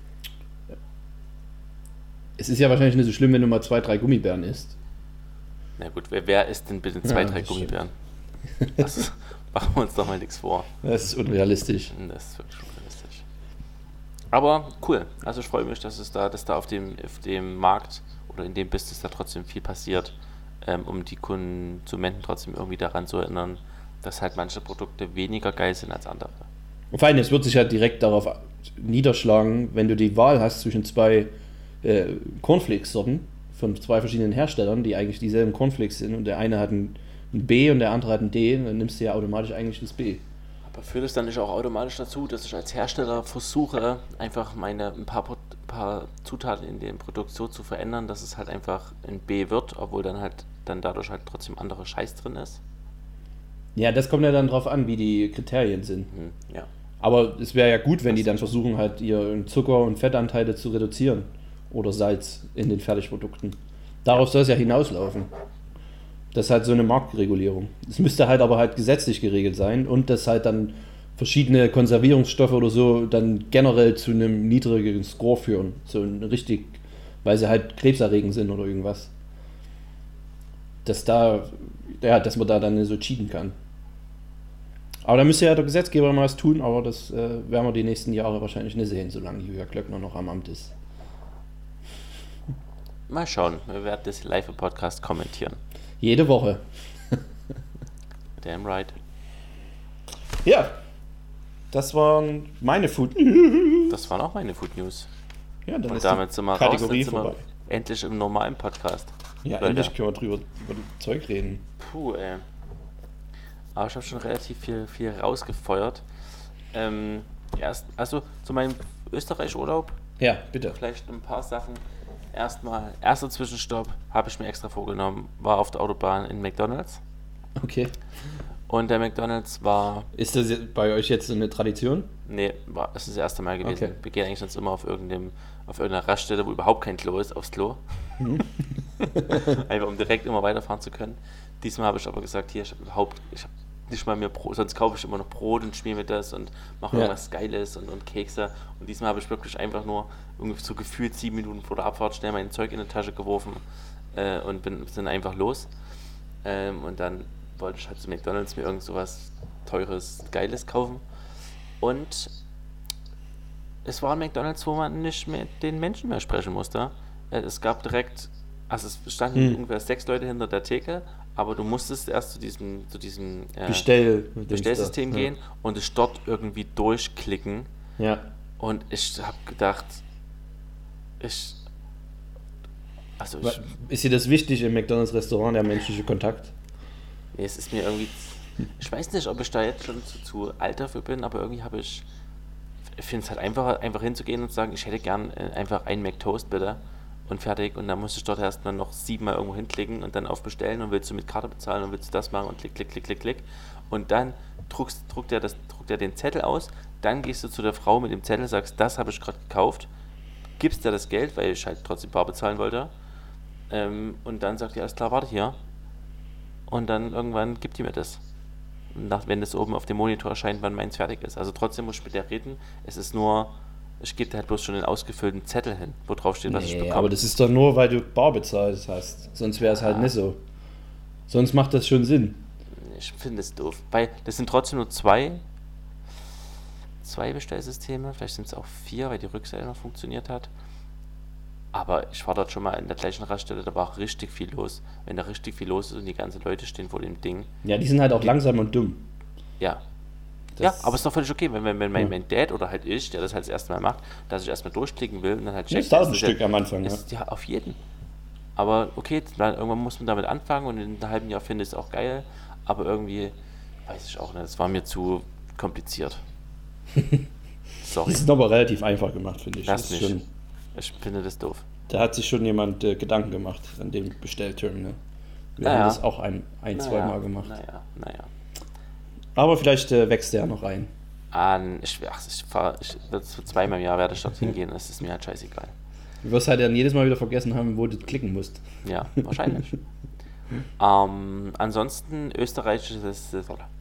S2: es ist ja wahrscheinlich nicht so schlimm, wenn du mal 2, 3 Gummibären isst.
S1: Na gut, wer isst denn bitte 2, 3 Gummibären? Das machen wir uns doch mal nichts vor.
S2: Das ist unrealistisch.
S1: Das ist wirklich unrealistisch. Aber cool. Also ich freue mich, dass da auf dem Markt oder in dem Business da trotzdem viel passiert, um die Konsumenten trotzdem irgendwie daran zu erinnern, dass halt manche Produkte weniger geil sind als andere.
S2: Und vor allem, es wird sich halt direkt darauf niederschlagen, wenn du die Wahl hast zwischen 2 Cornflakes-Sorten von 2 verschiedenen Herstellern, die eigentlich dieselben Cornflakes sind und der eine hat ein B und der andere hat ein D, dann nimmst du ja automatisch eigentlich das B.
S1: Aber führt es dann nicht auch automatisch dazu, dass ich als Hersteller versuche, einfach ein paar Zutaten in dem Produkt so zu verändern, dass es halt einfach ein B wird, obwohl dann dadurch halt trotzdem anderer Scheiß drin ist?
S2: Ja, das kommt ja dann drauf an, wie die Kriterien sind.
S1: Ja.
S2: Aber es wäre ja gut, wenn die dann versuchen, halt ihren Zucker- und Fettanteile zu reduzieren. Oder Salz in den Fertigprodukten. Darauf soll es ja hinauslaufen. Das ist halt so eine Marktregulierung. Es müsste halt aber halt gesetzlich geregelt sein und dass halt dann verschiedene Konservierungsstoffe oder so dann generell zu einem niedrigeren Score führen. So richtig, weil sie halt krebserregend sind oder irgendwas. Dass man da dann so cheaten kann. Aber da müsste ja der Gesetzgeber mal was tun, aber das werden wir die nächsten Jahre wahrscheinlich nicht sehen, solange Julia Klöckner noch am Amt ist.
S1: Mal schauen, wir werden das live im Podcast kommentieren.
S2: Jede Woche.
S1: Damn right.
S2: Ja, das waren meine Food
S1: News. Das waren auch meine Food News.
S2: Ja, dann
S1: und
S2: ist
S1: damit sind wir
S2: Kategorie
S1: raus,
S2: vorbei.
S1: Endlich im normalen Podcast.
S2: Ja, Leute. Endlich können wir über Zeug reden.
S1: Puh, ey. Aber ich habe schon relativ viel rausgefeuert. Also zu meinem Österreich-Urlaub.
S2: Ja, bitte.
S1: Vielleicht ein paar Sachen. Erster Zwischenstopp, habe ich mir extra vorgenommen, war auf der Autobahn in McDonald's.
S2: Okay.
S1: Und der McDonald's war...
S2: Ist das bei euch jetzt eine Tradition?
S1: Nee, es ist das erste Mal gewesen.
S2: Okay.
S1: Wir gehen eigentlich sonst immer auf irgendeiner Raststätte, wo überhaupt kein Klo ist, aufs Klo. Einfach um direkt immer weiterfahren zu können. Diesmal habe ich aber gesagt, hier, ich habe nicht mal mehr Brot, sonst kaufe ich immer noch Brot und schmier mir das und mache irgendwas Geiles und Kekse. Und diesmal habe ich wirklich einfach nur irgendwie so gefühlt 7 Minuten vor der Abfahrt schnell mein Zeug in die Tasche geworfen und sind einfach los. Und dann wollte ich halt zu McDonald's mir irgend so was Teures, Geiles kaufen. Und es war ein McDonald's, wo man nicht mit den Menschen mehr sprechen musste. Es gab direkt, also es standen ungefähr 6 Leute hinter der Theke, aber du musstest erst zu diesem Bestellsystem gehen und es dort irgendwie durchklicken.
S2: Ja.
S1: Und ich habe gedacht, ist
S2: dir das wichtig im McDonald's-Restaurant, der menschliche Kontakt?
S1: Nee, es ist mir irgendwie, ich weiß nicht, ob ich da jetzt schon zu alt dafür bin, aber irgendwie ich finde es halt einfach hinzugehen und zu sagen, ich hätte gern einfach einen McToast bitte und fertig, und dann musste ich dort erstmal noch 7-mal irgendwo hinklicken und dann auf Bestellen und willst du mit Karte bezahlen und willst du das machen und klick und dann druckt er den Zettel aus, dann gehst du zu der Frau mit dem Zettel, sagst, das habe ich gerade gekauft gibst dir das Geld, weil ich halt trotzdem bar bezahlen wollte. Und dann sagt die, alles klar, warte hier. Und dann irgendwann gibt die mir das. Wenn das oben auf dem Monitor erscheint, wann meins fertig ist. Also trotzdem muss ich mit der reden. Es ist nur, ich gebe dir halt bloß schon einen ausgefüllten Zettel hin, wo drauf steht, was ich bekomme.
S2: Aber das ist doch nur, weil du bar bezahlt hast. Sonst wäre es halt nicht so. Sonst macht das schon Sinn.
S1: Ich finde es doof. Weil das sind trotzdem nur zwei Bestellsysteme. Vielleicht sind es auch 4, weil die Rückseite noch funktioniert hat. Aber ich war dort schon mal in der gleichen Raststelle, da war richtig viel los. Wenn da richtig viel los ist und die ganzen Leute stehen vor dem Ding.
S2: Ja, die sind halt auch langsam und dumm.
S1: Ja. Ja, aber ist doch völlig okay, wenn mein Dad oder halt ich, der das halt das erste Mal macht, dass ich erstmal durchklicken will und dann halt
S2: checkt. Das ist ein Stück am Anfang,
S1: ja, auf jeden. Aber okay, irgendwann muss man damit anfangen und in einem halben Jahr finde ich es auch geil. Aber irgendwie, weiß ich auch nicht, es war mir zu kompliziert. Sorry.
S2: Das ist aber relativ einfach gemacht, finde ich.
S1: Das nicht. Schon, ich finde das doof.
S2: Da hat sich schon jemand Gedanken gemacht an dem Bestellterminal. Wir haben das auch zwei Mal gemacht.
S1: Naja.
S2: Aber vielleicht wächst der ja noch rein.
S1: Ich zweimal im Jahr werde ich dort hingehen, das ist mir halt scheißegal.
S2: Du wirst halt dann jedes Mal wieder vergessen haben, wo du klicken musst.
S1: Ja, wahrscheinlich. Ansonsten österreichisches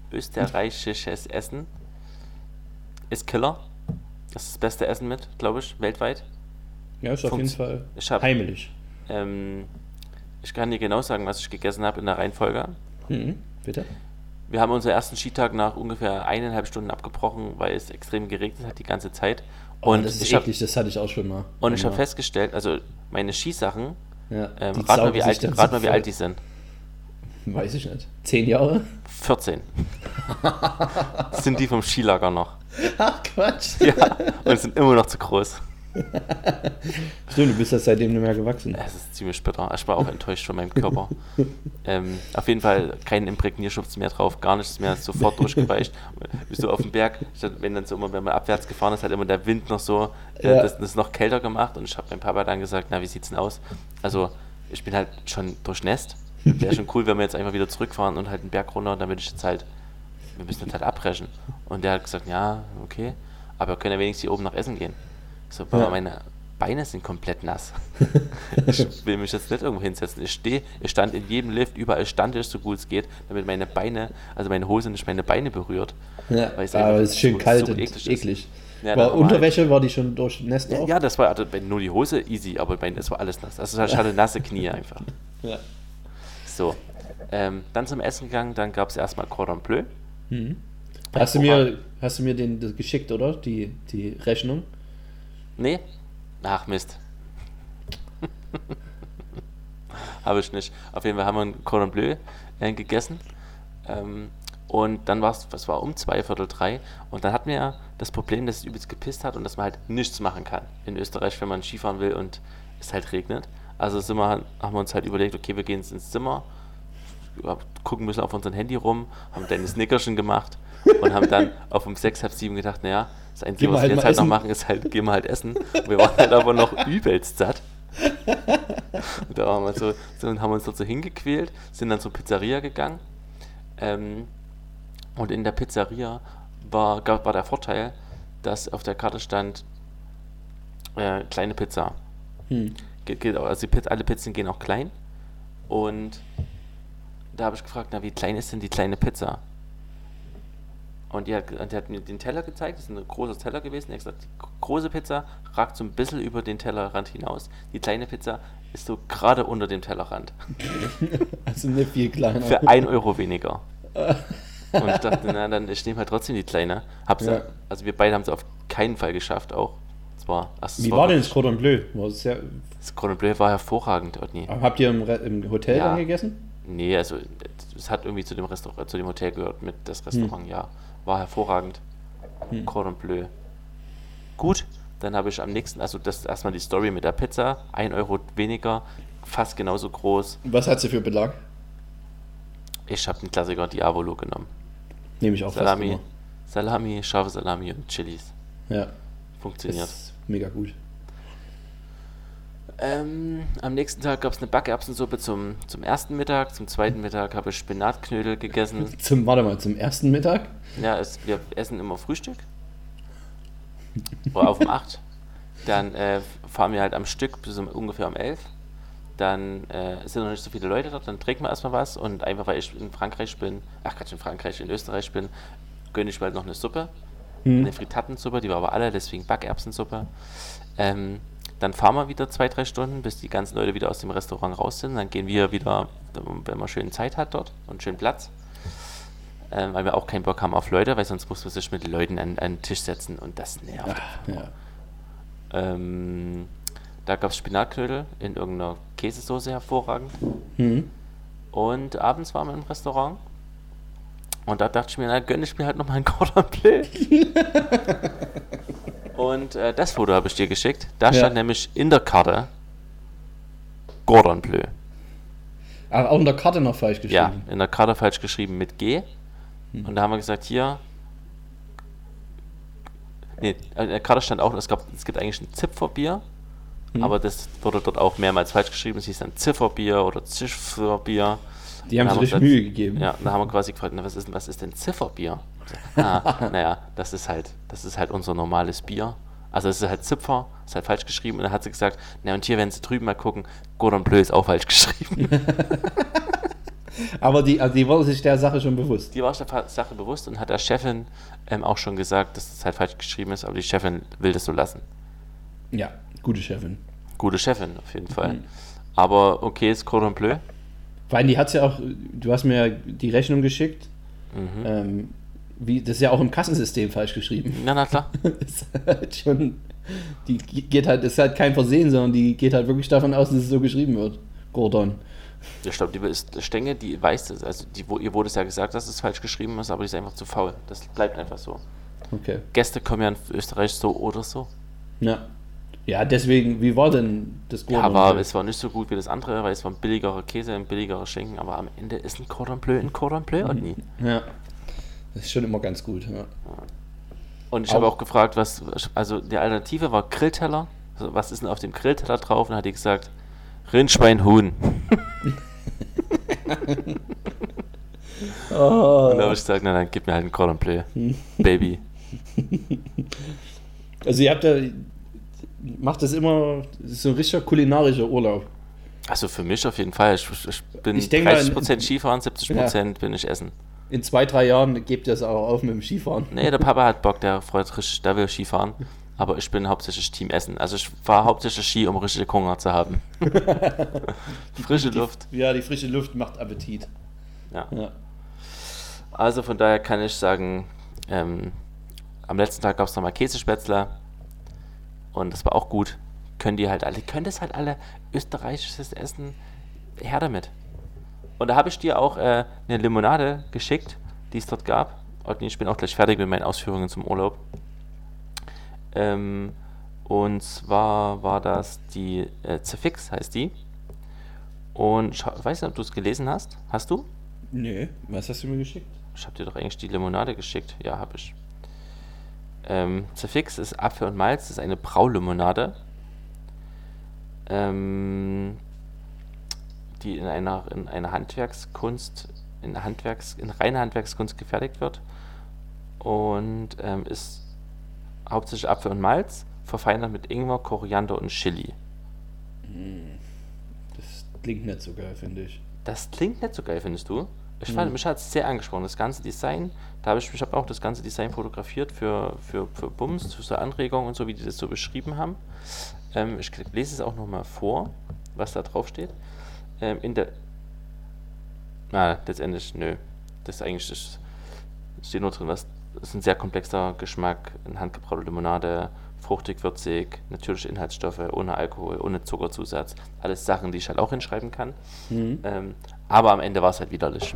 S1: Essen ist Killer. Das ist das beste Essen mit, glaube ich, weltweit.
S2: Ja, ist auf jeden Fall heimelig.
S1: Ich kann dir genau sagen, was ich gegessen habe in der Reihenfolge.
S2: Bitte?
S1: Wir haben unseren ersten Skitag nach ungefähr 1,5 Stunden abgebrochen, weil es extrem geregnet hat die ganze Zeit.
S2: Und das ist eklig, das hatte ich auch schon mal.
S1: Und ich habe festgestellt, also meine Skisachen, rat mal, wie alt die sind.
S2: Weiß ich nicht. 10 Jahre?
S1: 14. Das sind die vom Skilager noch.
S2: Ach Quatsch.
S1: Ja, und sind immer noch zu groß.
S2: Stimmt, du bist ja seitdem nicht mehr gewachsen.
S1: Es ist ziemlich bitter. Ich war auch enttäuscht von meinem Körper. Auf jeden Fall kein Imprägnierschutz mehr drauf, gar nichts mehr, sofort durchgeweicht. Bist du auf dem Berg, wenn man abwärts gefahren ist, hat immer der Wind noch so, das noch kälter gemacht und ich habe meinem Papa dann gesagt, na, wie sieht's denn aus? Also, ich bin halt schon durchnässt. Wäre schon cool, wenn wir jetzt einfach wieder zurückfahren und halt einen Berg runter, damit ich jetzt halt, wir müssen jetzt halt abbrechen. Und der hat gesagt, ja, okay, aber wir können ja wenigstens hier oben noch essen gehen. So, aber meine Beine sind komplett nass. Ich will mich jetzt nicht irgendwo hinsetzen. Ich stand in jedem Lift, überall stand ich, so gut es geht, damit meine Beine, also meine Hose nicht meine Beine berührt.
S2: Ja, aber es ist schön kalt und eklig.
S1: Ja,
S2: war Unterwäsche, war die schon durchnässt auch?
S1: Ja, das war also nur die Hose easy, aber es war alles nass. Also ich hatte nasse Knie einfach.
S2: Ja.
S1: So, dann zum Essen gegangen, dann gab es erstmal Cordon Bleu.
S2: Hast du mir den geschickt, oder? Die Rechnung?
S1: Nee? Ach, Mist. Habe ich nicht. Auf jeden Fall haben wir ein Cordon Bleu gegessen. Und dann war es, was war, um 2:45. Und dann hatten wir das Problem, dass es übelst gepisst hat und dass man halt nichts machen kann in Österreich, wenn man Skifahren will und es halt regnet. Also haben wir uns halt überlegt, okay, wir gehen ins Zimmer, gucken müssen auf unserem Handy rum, haben dann ein Nickerchen gemacht und haben dann auf um 6, halb 7 gedacht, naja, das Einzige, was wir jetzt halt noch machen, ist halt, gehen wir halt essen. Und wir waren halt aber noch übelst satt. Und da waren wir so und haben uns dort so hingequält, sind dann zur Pizzeria gegangen. Und in der Pizzeria war der Vorteil, dass auf der Karte stand kleine Pizza. Also alle Pizzen gehen auch klein. Und da habe ich gefragt, na, wie klein ist denn die kleine Pizza? Und die hat mir den Teller gezeigt, das ist ein großer Teller gewesen. Er hat gesagt, die große Pizza ragt so ein bisschen über den Tellerrand hinaus. Die kleine Pizza ist so gerade unter dem Tellerrand.
S2: Also nicht viel kleiner.
S1: Für 1 Euro weniger. Und ich dachte, na, dann ich nehme halt trotzdem die kleine. Also wir beide haben es auf keinen Fall geschafft auch.
S2: Wie war denn das Cordon Bleu?
S1: Das Cordon Bleu war hervorragend, Otni.
S2: Habt ihr im Hotel dann gegessen?
S1: Nee, also es hat irgendwie zu dem Hotel gehört mit das Restaurant, ja. War hervorragend. Cordon Bleu. Gut, dann habe ich am nächsten, also das ist erstmal die Story mit der Pizza, 1 Euro weniger, fast genauso groß.
S2: Was hat sie für Belag?
S1: Ich habe den Klassiker Diavolo genommen.
S2: Nehme ich auch
S1: Salami, scharfe Salami und Chilis.
S2: Ja.
S1: Funktioniert.
S2: Das ist mega gut.
S1: Am nächsten Tag gab es eine Backerbsensuppe zum ersten Mittag. Zum zweiten Mittag habe ich Spinatknödel gegessen.
S2: Zum ersten Mittag?
S1: Ja, wir essen immer Frühstück. Oder auf um 8. Dann fahren wir halt am Stück bis ungefähr um 11. Dann sind noch nicht so viele Leute dort, dann trinken wir erstmal was und einfach, weil ich in Österreich bin, gönne ich mir halt noch eine Suppe. Eine Frittatensuppe, die war aber alle, deswegen Backerbsensuppe. Dann fahren wir wieder 2-3 Stunden, bis die ganzen Leute wieder aus dem Restaurant raus sind. Dann gehen wir wieder, wenn man schön Zeit hat dort und schön Platz. Weil wir auch keinen Bock haben auf Leute, weil sonst muss man sich mit den Leuten an den Tisch setzen und das nervt. Ja. Da gab es Spinatknödel in irgendeiner Käsesoße, hervorragend. Und abends waren wir im Restaurant. Und da dachte ich mir, na, gönne ich mir halt nochmal ein Cordon Bleu. Und das Foto habe ich dir geschickt. Da stand nämlich in der Karte Cordon Bleu.
S2: Aber auch in der Karte noch falsch geschrieben?
S1: Ja, in der Karte falsch geschrieben mit G. Und da haben wir gesagt, hier... Nee, in der Karte stand auch, es gibt eigentlich ein Zipferbier. Aber das wurde dort auch mehrmals falsch geschrieben. Es hieß dann Zifferbier oder Zifferbier.
S2: Die haben sich richtig Mühe gegeben.
S1: Ja, da haben wir quasi gefragt, na, was ist denn Zifferbier? Naja, das ist halt unser normales Bier. Also es ist halt Zipfer, ist halt falsch geschrieben. Und dann hat sie gesagt, na und hier, wenn Sie drüben mal gucken, Cordon Bleu ist auch falsch geschrieben.
S2: Aber die war sich der Sache schon bewusst.
S1: Die war sich der Sache bewusst und hat der Chefin auch schon gesagt, dass es halt falsch geschrieben ist, aber die Chefin will das so lassen.
S2: Ja, gute Chefin.
S1: Gute Chefin, auf jeden Fall. Aber okay, ist Cordon Bleu.
S2: Weil die hat's ja auch, du hast mir die Rechnung geschickt, das ist ja auch im Kassensystem falsch geschrieben.
S1: Na klar.
S2: Das ist halt schon, das ist halt kein Versehen, sondern die geht halt wirklich davon aus, dass es so geschrieben wird. Gordon.
S1: Ich glaube, die Stenge, die weiß das, also ihr wurde es ja gesagt, dass es falsch geschrieben ist, aber die ist einfach zu faul. Das bleibt einfach so.
S2: Okay.
S1: Gäste kommen ja in Österreich so oder so.
S2: Ja, deswegen, wie war denn das
S1: Cordon Bleu? Ja, es war nicht so gut wie das andere, weil es war ein billigerer Käse, ein billigerer Schinken, aber am Ende ist ein Cordon Bleu und nie.
S2: Ja, das ist schon immer ganz gut. Ja.
S1: Und ich habe auch gefragt, also die Alternative war Grillteller. Also was ist denn auf dem Grillteller drauf? Und dann hat die gesagt, Rindschwein, Huhn. Und da habe ich gesagt, na dann gib mir halt einen Cordon Bleu, Baby.
S2: Also ihr habt ja... Macht das immer so ein richtiger kulinarischer Urlaub?
S1: Also für mich auf jeden Fall. Ich bin 30% Skifahren, 70% bin ich essen.
S2: In 2-3 Jahren gebt ihr es auch auf mit dem Skifahren.
S1: Nee, der Papa hat Bock, der will Skifahren. Aber ich bin hauptsächlich Team Essen. Also ich fahre hauptsächlich Ski, um richtig Hunger zu haben. Frische Luft.
S2: Ja, die frische Luft macht Appetit.
S1: Ja. Also von daher kann ich sagen, am letzten Tag gab es nochmal Käsespätzle. Und das war auch gut. Können das halt alle österreichisches Essen, her damit. Und da habe ich dir auch eine Limonade geschickt, die es dort gab. Und ich bin auch gleich fertig mit meinen Ausführungen zum Urlaub. Und zwar war das die Zefix, heißt die. Und ich weiß nicht, ob du es gelesen hast. Hast du?
S2: Nee, was hast du mir geschickt?
S1: Ich habe dir doch eigentlich die Limonade geschickt. Ja, habe ich. Zefix ist Apfel und Malz, das ist eine Braulimonade, die in reiner Handwerkskunst gefertigt wird und ist hauptsächlich Apfel und Malz, verfeinert mit Ingwer, Koriander und Chili.
S2: Das klingt nicht so geil, finde ich.
S1: Das klingt nicht so geil, findest du? Mich hat es sehr angesprochen, das ganze Design. Ich habe auch das ganze Design fotografiert für Bums, für so Anregungen und so, wie die das so beschrieben haben. Ich lese es auch nochmal vor, was da drauf steht. Letztendlich, nö. Das steht nur drin, das ist ein sehr komplexer Geschmack, eine handgebraute Limonade, fruchtig, würzig, natürliche Inhaltsstoffe, ohne Alkohol, ohne Zuckerzusatz. Alles Sachen, die ich halt auch hinschreiben kann. Aber am Ende war es halt widerlich.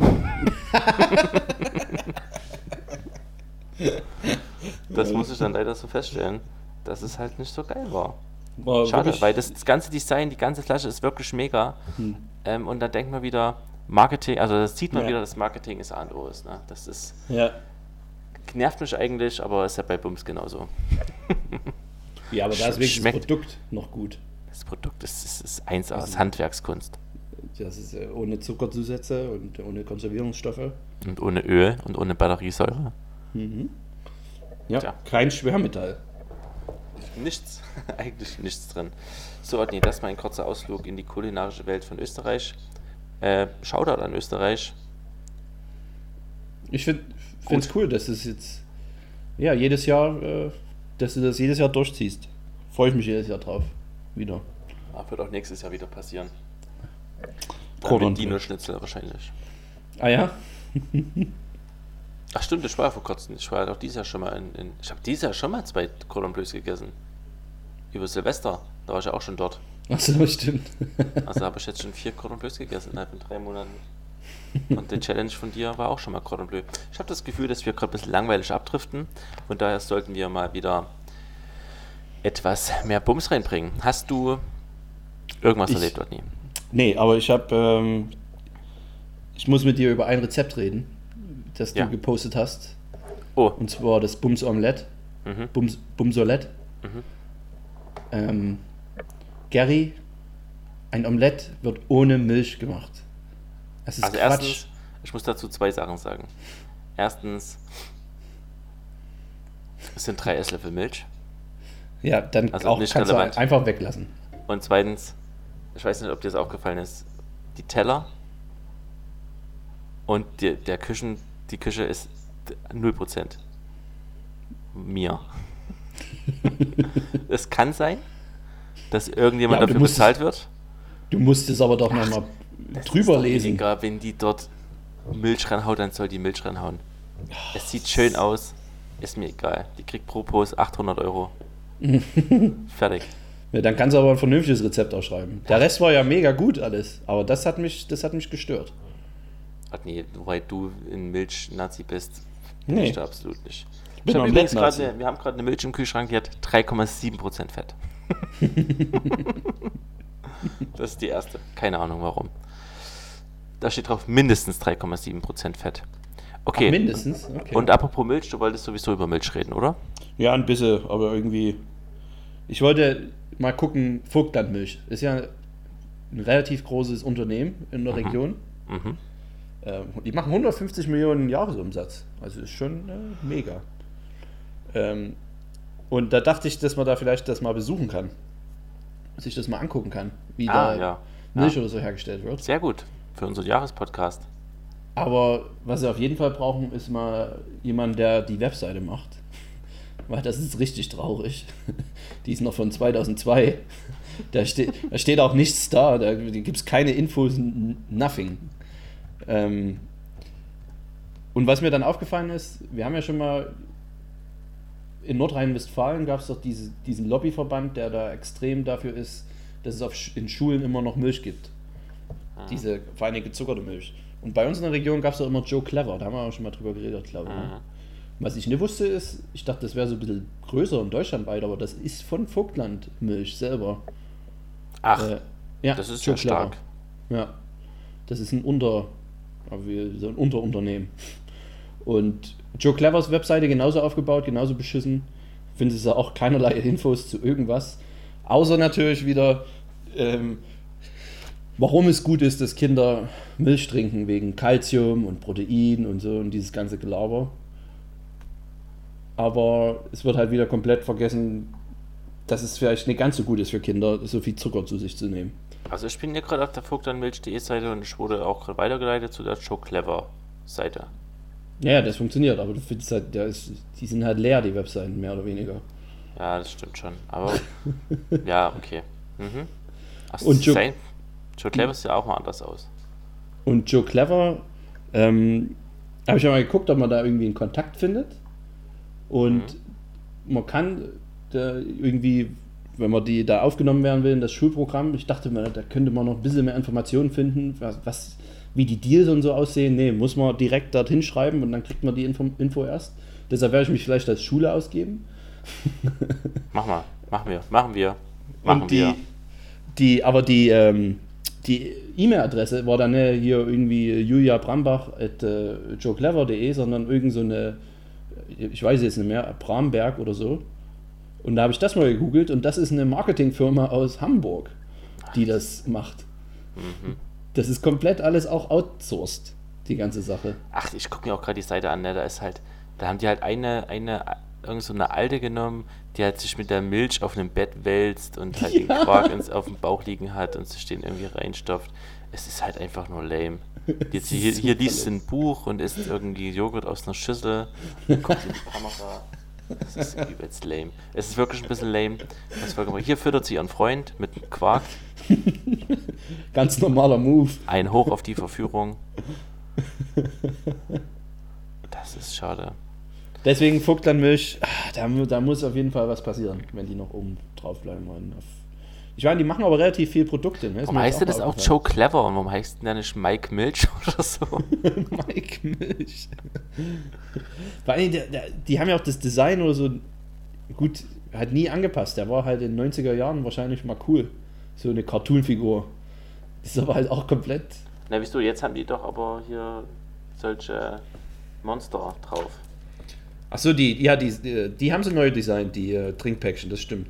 S1: Das muss ich dann leider so feststellen, dass es halt nicht so geil war. Schade, weil das ganze Design, die ganze Flasche ist wirklich mega. Und dann denkt man wieder, Marketing, also das sieht man wieder, dass Marketing ist A und O ist. Ne? Das ist... Nervt mich eigentlich, aber ist ja bei Bums genauso.
S2: Ja, aber da ist wirklich das Produkt noch gut.
S1: Das Produkt ist 1A, das ist Handwerkskunst.
S2: Das ist ohne Zuckerzusätze und ohne Konservierungsstoffe.
S1: Und ohne Öl und ohne Batteriesäure.
S2: Ja, kein Schwermetall.
S1: Nichts, eigentlich nichts drin. So, Otni, das ist mein kurzer Ausflug in die kulinarische Welt von Österreich. Shoutout an Österreich.
S2: Ich finde es cool, dass es jetzt jedes Jahr, dass du das jedes Jahr durchziehst. Freue ich mich jedes Jahr drauf. Wieder.
S1: Wird auch nächstes Jahr wieder passieren.
S2: Mit
S1: Dino-Schnitzel wahrscheinlich.
S2: Ah ja?
S1: Ach stimmt, das war ja vor kurzem. Ich war ja auch dieses Jahr schon mal ich habe dieses Jahr schon mal 2 Cordon Bleus gegessen. Über Silvester. Da war ich ja auch schon dort.
S2: Ach so, stimmt.
S1: Also habe ich jetzt schon 4 Cordon Bleus gegessen innerhalb von 3 Monaten. Und die Challenge von dir war auch schon mal Cordon Bleu. Ich habe das Gefühl, dass wir gerade ein bisschen langweilig abdriften. Von daher sollten wir mal wieder etwas mehr Bums reinbringen. Hast du irgendwas erlebt, Otni?
S2: Nee, aber ich muss mit dir über ein Rezept reden, das du gepostet hast.
S1: Oh.
S2: Und zwar das Bums Omelette. Bumsolette. Gary, ein Omelette wird ohne Milch gemacht. Das ist
S1: also
S2: Quatsch.
S1: Erstens, ich muss dazu 2 Sachen sagen. Erstens, es sind 3 Esslöffel Milch.
S2: Ja, dann
S1: also
S2: auch
S1: nicht
S2: kannst
S1: relevant.
S2: Du einfach weglassen.
S1: Und zweitens, ich weiß nicht, ob dir das aufgefallen ist, die Teller und die Küche ist 0%. Mir. Es kann sein, dass irgendjemand dafür bezahlt wird.
S2: Du musst es aber doch nochmal drüber lesen.
S1: Egal, wenn die dort Milch ranhaut, dann soll die Milch ranhauen. Es sieht schön aus, ist mir egal. Die kriegt pro Post 800 €. Fertig.
S2: Ja, dann kannst du aber ein vernünftiges Rezept auch schreiben. Der Rest war ja mega gut alles, aber das hat mich gestört.
S1: Nee, wobei du in Milch-Nazi bist,
S2: nee.
S1: Ich da absolut nicht.
S2: Wir haben
S1: gerade eine Milch im Kühlschrank, die hat 3,7% Fett. Das ist die erste. Keine Ahnung warum. Da steht drauf mindestens 3,7% Fett. Okay.
S2: Ach, mindestens? Okay.
S1: Und apropos Milch, du wolltest sowieso über Milch reden, oder?
S2: Ja, ein bisschen, aber irgendwie. Ich wollte mal gucken, Vogtlandmilch ist ja ein relativ großes Unternehmen in der Region. Die machen 150 Millionen Jahresumsatz. Also ist schon mega. Und da dachte ich, dass man da vielleicht das mal besuchen kann. Sich das mal angucken kann, wie da Milch oder so hergestellt wird.
S1: Sehr gut, für unseren Jahrespodcast.
S2: Aber was wir auf jeden Fall brauchen, ist mal jemand, der die Webseite macht. Weil das ist richtig traurig. Die ist noch von 2002. Da steht auch nichts da, da gibt es keine Infos, nothing. Und was mir dann aufgefallen ist, wir haben ja schon mal in Nordrhein-Westfalen gab es doch diesen Lobbyverband, der da extrem dafür ist, dass es in Schulen immer noch Milch gibt. Diese vor allem gezuckerte Milch. Und bei uns in der Region gab es doch immer Joe Clever, da haben wir auch schon mal drüber geredet, glaube ich. Was ich nicht wusste ist, ich dachte, das wäre so ein bisschen größer und deutschlandweit, aber das ist von Vogtland Milch selber.
S1: Ach, das ist ja stark.
S2: Ja, das ist ein Unterunternehmen. Und Joe Clevers Webseite genauso aufgebaut, genauso beschissen. Findest du auch keinerlei Infos zu irgendwas. Außer natürlich wieder, warum es gut ist, dass Kinder Milch trinken, wegen Kalzium und Protein und so und dieses ganze Gelaber. Aber es wird halt wieder komplett vergessen, dass es vielleicht nicht ganz so gut ist für Kinder, so viel Zucker zu sich zu nehmen.
S1: Also ich bin hier gerade auf der Vogtlandmilch.de Seite und ich wurde auch gerade weitergeleitet zu der Joe Clever Seite.
S2: Ja, das funktioniert, aber du findest halt, die sind halt leer, die Webseiten, mehr oder weniger.
S1: Ja, das stimmt schon, aber ja, okay. Ach,
S2: und
S1: Joe Clever sieht ja auch mal anders aus.
S2: Und Joe Clever, habe ich ja mal geguckt, ob man da irgendwie einen Kontakt findet. Und man kann da irgendwie, wenn man die da aufgenommen werden will in das Schulprogramm, ich dachte mir, da könnte man noch ein bisschen mehr Informationen finden, wie die Deals und so aussehen. Nee, muss man direkt dorthin schreiben und dann kriegt man die Info erst. Deshalb werde ich mich vielleicht als Schule ausgeben.
S1: Machen wir.
S2: Aber die E-Mail-Adresse war dann nicht hier irgendwie juliabrambach@joeclever.de, sondern irgend so eine, ich weiß jetzt nicht mehr, Bramberg oder so. Und da habe ich das mal gegoogelt und das ist eine Marketingfirma aus Hamburg, die das macht. Das ist komplett alles auch outsourced, die ganze Sache.
S1: Ach, ich gucke mir auch gerade die Seite an, ne? Da haben die halt eine irgend so eine Alte genommen, die halt sich mit der Milch auf einem Bett wälzt und halt den Quark auf dem Bauch liegen hat und sich den irgendwie reinstopft. Es ist halt einfach nur lame. Jetzt hier liest sie ein Buch und isst irgendwie Joghurt aus einer Schüssel, guckt in die Kamera. Das ist übelst lame. Es ist wirklich ein bisschen lame. Hier füttert sie ihren Freund mit einem Quark.
S2: Ganz normaler Move.
S1: Ein Hoch auf die Verführung. Das ist schade.
S2: Deswegen Vogtlandmilch, da muss auf jeden Fall was passieren, wenn die noch oben drauf bleiben wollen. Ich meine, die machen aber relativ viel Produkte. Ne?
S1: Warum heißt das auch Joe Clever und warum heißt der nicht Mike Milch oder so?
S2: Mike Milch. Vor allem, die haben ja auch das Design oder so gut, halt nie angepasst. Der war halt in den 90er Jahren wahrscheinlich mal cool. So eine Cartoon-Figur. Das ist aber halt auch komplett...
S1: Na wieso, jetzt haben die doch aber hier solche Monster drauf.
S2: Achso, die haben sie neu designt, die Trinkpäckchen, das stimmt.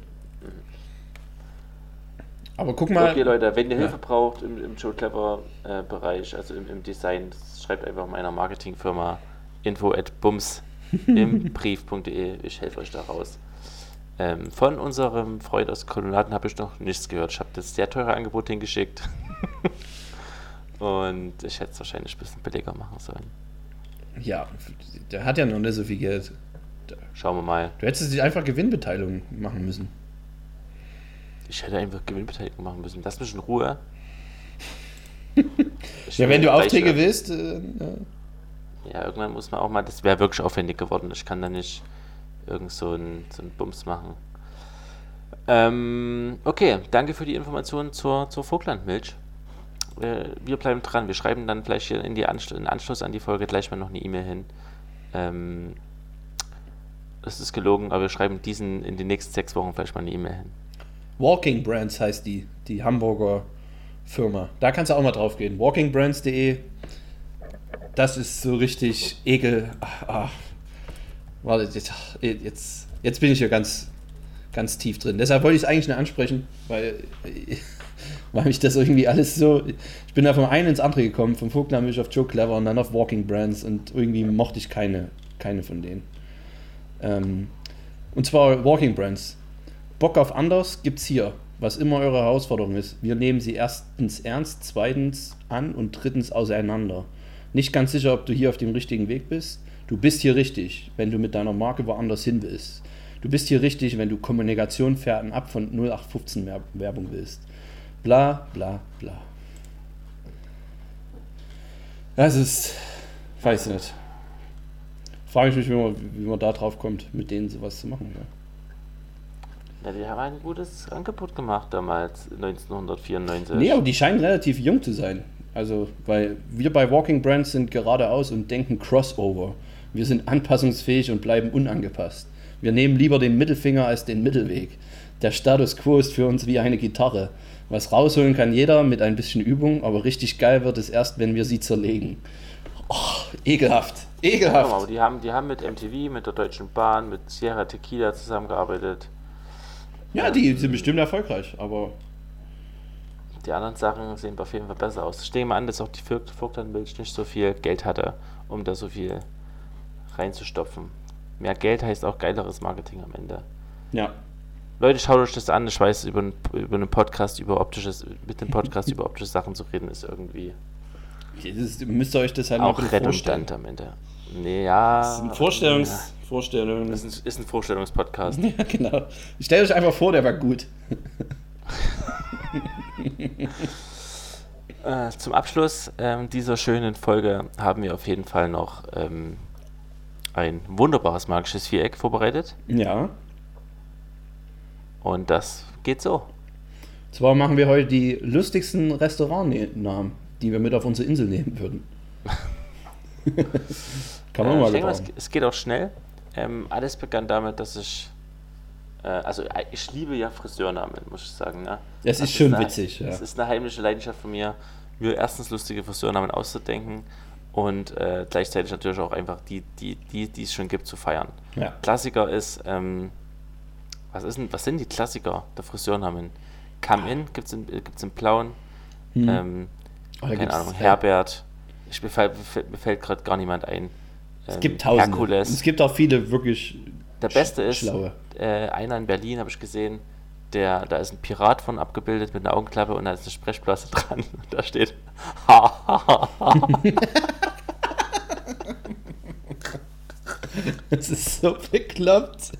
S2: Aber guck mal...
S1: Okay Leute, wenn ihr Hilfe braucht im Joe Clever Bereich, also im Design, schreibt einfach meiner Marketingfirma info@bums.imbrief.de. Ich helfe euch da raus. Von unserem Freund aus Kolonnaden habe ich noch nichts gehört. Ich habe das sehr teure Angebot hingeschickt. Und ich hätte es wahrscheinlich ein bisschen billiger machen sollen.
S2: Ja, der hat ja noch nicht so viel Geld.
S1: Schauen wir mal.
S2: Du hättest dich einfach Gewinnbeteiligung machen müssen.
S1: Ich hätte einfach Gewinnbeteiligung machen müssen. Lass mich in Ruhe.
S2: Ja, wenn du Aufträge willst.
S1: Ja, irgendwann muss man auch mal, das wäre wirklich aufwendig geworden. Ich kann da nicht irgend so einen Bums machen. Okay, danke für die Informationen zur Vogtlandmilch. Wir bleiben dran. Wir schreiben dann vielleicht hier in Anschluss an die Folge gleich mal noch eine E-Mail hin. Das ist gelogen, aber wir schreiben in den nächsten 6 Wochen vielleicht mal eine E-Mail hin.
S2: Walking Brands heißt die Hamburger Firma. Da kannst du auch mal drauf gehen. walkingbrands.de. Das ist so richtig Warte, jetzt bin ich hier ganz, ganz tief drin. Deshalb wollte ich es eigentlich nur ansprechen, weil mich das irgendwie alles so... Ich bin da vom einen ins andere gekommen, vom Vogtlandmilch auf Joe Clever und dann auf Walking Brands und irgendwie mochte ich keine von denen. Und zwar Walking Brands. Bock auf anders gibt's hier, was immer eure Herausforderung ist. Wir nehmen sie erstens ernst, zweitens an und drittens auseinander. Nicht ganz sicher, ob du hier auf dem richtigen Weg bist. Du bist hier richtig, wenn du mit deiner Marke woanders hin willst. Du bist hier richtig, wenn du Kommunikation fernab von 0815 Werbung willst. Bla, bla, bla. Das ist... Weiß nicht. Frage ich mich, wie man da drauf kommt, mit denen sowas zu machen.
S1: Ja, die haben ein gutes Angebot gemacht damals, 1994.
S2: Nee, aber die scheinen relativ jung zu sein. Also, weil wir bei Walking Brands sind geradeaus und denken Crossover. Wir sind anpassungsfähig und bleiben unangepasst. Wir nehmen lieber den Mittelfinger als den Mittelweg. Der Status Quo ist für uns wie eine Gitarre. Was rausholen kann jeder mit ein bisschen Übung, aber richtig geil wird es erst, wenn wir sie zerlegen. Oh, ekelhaft. Ekelhaft.
S1: Ja, aber die haben mit MTV, mit der Deutschen Bahn, mit Sierra Tequila zusammengearbeitet.
S2: Ja, die sind bestimmt erfolgreich, aber...
S1: Die anderen Sachen sehen auf jeden Fall besser aus. Ich denke mal an, dass auch die Vogtlandmilch nicht so viel Geld hatte, um da so viel reinzustopfen. Mehr Geld heißt auch geileres Marketing am Ende.
S2: Ja.
S1: Leute, schaut euch das an. Ich weiß, mit dem Podcast über optische Sachen zu reden, ist irgendwie...
S2: Müsst ihr euch das halt
S1: auch redundant am Ende. Nee, ja.
S2: Das ist ein Vorstellung.
S1: Das ist ein Vorstellungspodcast.
S2: Ja, genau. Stellt euch einfach vor, der war gut.
S1: Zum Abschluss dieser schönen Folge haben wir auf jeden Fall noch ein wunderbares magisches Viereck vorbereitet.
S2: Ja.
S1: Und das geht so.
S2: Zwar machen wir heute die lustigsten Restaurantnamen, die wir mit auf unsere Insel nehmen würden. Kann man mal
S1: ich denke mal, es geht auch schnell. Alles begann damit, dass ich liebe ja Friseurnamen, muss ich sagen. Ne?
S2: Das ist schon witzig. Ja.
S1: Das ist eine heimliche Leidenschaft von mir, mir erstens lustige Friseurnamen auszudenken und gleichzeitig natürlich auch einfach die es schon gibt, zu feiern.
S2: Ja.
S1: Klassiker ist, was sind die Klassiker der Friseurnamen? Come-In gibt's im Blauen. Keine Ahnung, Herbert. Mir fällt gerade gar niemand ein.
S2: Es gibt Tausende.
S1: Herkules.
S2: Es gibt auch viele wirklich
S1: Der Beste ist, einer in Berlin habe ich gesehen, da ist ein Pirat von abgebildet mit einer Augenklappe und da ist eine Sprechblase dran. Und da steht ha, ha, ha, ha.
S2: Das ist so bekloppt.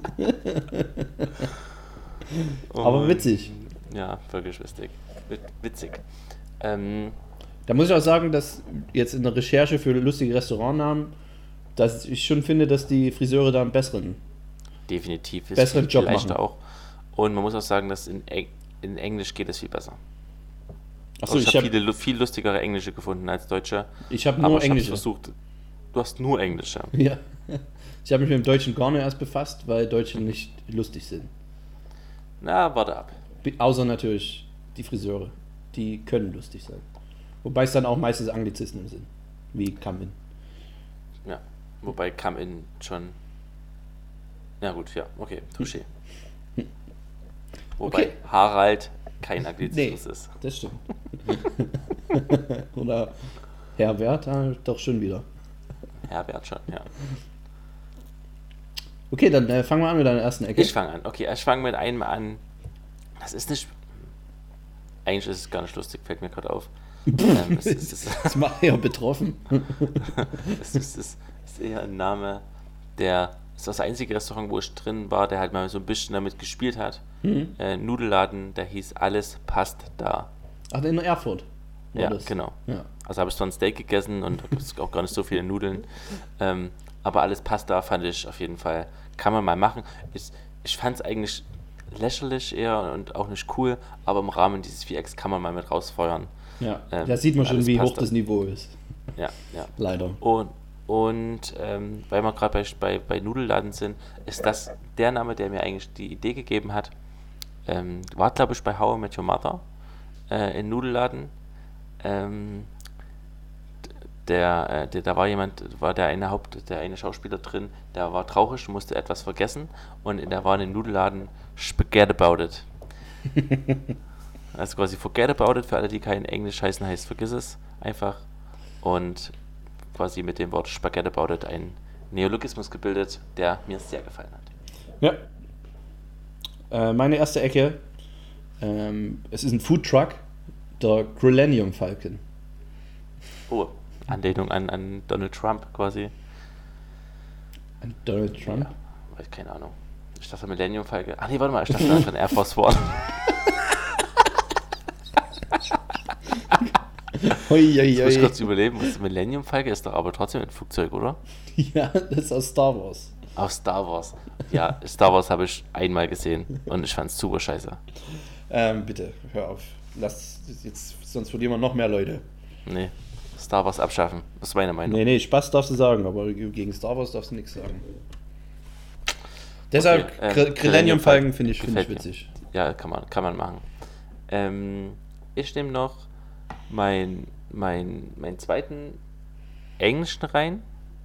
S2: Aber witzig.
S1: Ja, wirklich witzig.
S2: Da muss ich auch sagen, dass jetzt in der Recherche für lustige Restaurantnamen, dass ich schon finde, dass die Friseure da einen besseren Job machen.
S1: Auch. Und man muss auch sagen, dass in Englisch geht es viel besser.
S2: Achso,
S1: ich habe viel lustigere Englische gefunden als Deutsche.
S2: Ich habe nur Englische.
S1: Versucht. Du hast nur Englische.
S2: Ja. Ich habe mich mit dem Deutschen gar nicht erst befasst, weil Deutsche nicht lustig sind.
S1: Na, warte ab.
S2: Außer natürlich die Friseure. Die können lustig sein. Wobei es dann auch meistens Anglizismen sind. Wie Come-In.
S1: Ja, wobei Come-In schon... Ja gut, ja, okay, touché. Wobei okay. Harald kein Anglizismus ist.
S2: Das stimmt. Oder Herbert, doch schon wieder.
S1: Herbert schon, ja.
S2: Okay, dann fangen wir an mit deiner ersten Ecke.
S1: Ich fange an. Okay, ich fange mit einem an. Das ist nicht... Eigentlich ist es gar nicht lustig, fällt mir gerade auf.
S2: Das macht eher betroffen.
S1: Es ist eher ein Name, das ist das einzige Restaurant, wo ich drin war, der halt mal so ein bisschen damit gespielt hat. Nudelladen, der hieß Alles passt da.
S2: Ach, in Erfurt?
S1: Ja, das? Genau. Ja. Also habe ich zwar ein Steak gegessen und da gibt es auch gar nicht so viele Nudeln. Aber Alles passt da, fand ich auf jeden Fall. Kann man mal machen. Ich fand es eigentlich lächerlich eher und auch nicht cool, aber im Rahmen dieses Vierecks kann man mal mit rausfeuern.
S2: Ja, da sieht man schon, wie hoch das Niveau ist.
S1: Ja.
S2: Leider.
S1: Und weil wir gerade bei Nudelladen sind, ist das der Name, der mir eigentlich die Idee gegeben hat. War, glaube ich, bei How I Met Your Mother in Nudelladen. Da war der eine Schauspieler drin, der war traurig, musste etwas vergessen und da war in dem Nudelladen Spaghetti About It. Also quasi Forget About It, für alle, die kein Englisch heißen, heißt vergiss es einfach. Und quasi mit dem Wort Spaghetti About It ein Neologismus gebildet, der mir sehr gefallen hat.
S2: Ja. Meine erste Ecke, es ist ein Foodtruck, der Grillennium Falcon.
S1: Oh, Anlehnung an Donald Trump quasi.
S2: An Donald Trump?
S1: Ja, keine Ahnung. Ich dachte Millennium Falcon. Ach nee, warte mal, ich dachte einfach an Air Force One. Ich muss kurz überleben. Millennium Falcon ist doch aber trotzdem ein Flugzeug, oder?
S2: Ja, das ist aus Star Wars.
S1: Aus Star Wars. Ja, Star Wars habe ich einmal gesehen und ich fand es super scheiße.
S2: Bitte, hör auf. Sonst verlieren wir noch mehr Leute.
S1: Nee, Star Wars abschaffen. Das ist meine Meinung.
S2: Nee, Spaß darfst du sagen, aber gegen Star Wars darfst du nichts sagen. Deshalb, Grillennium Falcon finde ich witzig.
S1: Ja, kann man machen. Ich nehme noch meinen zweiten englischen rein.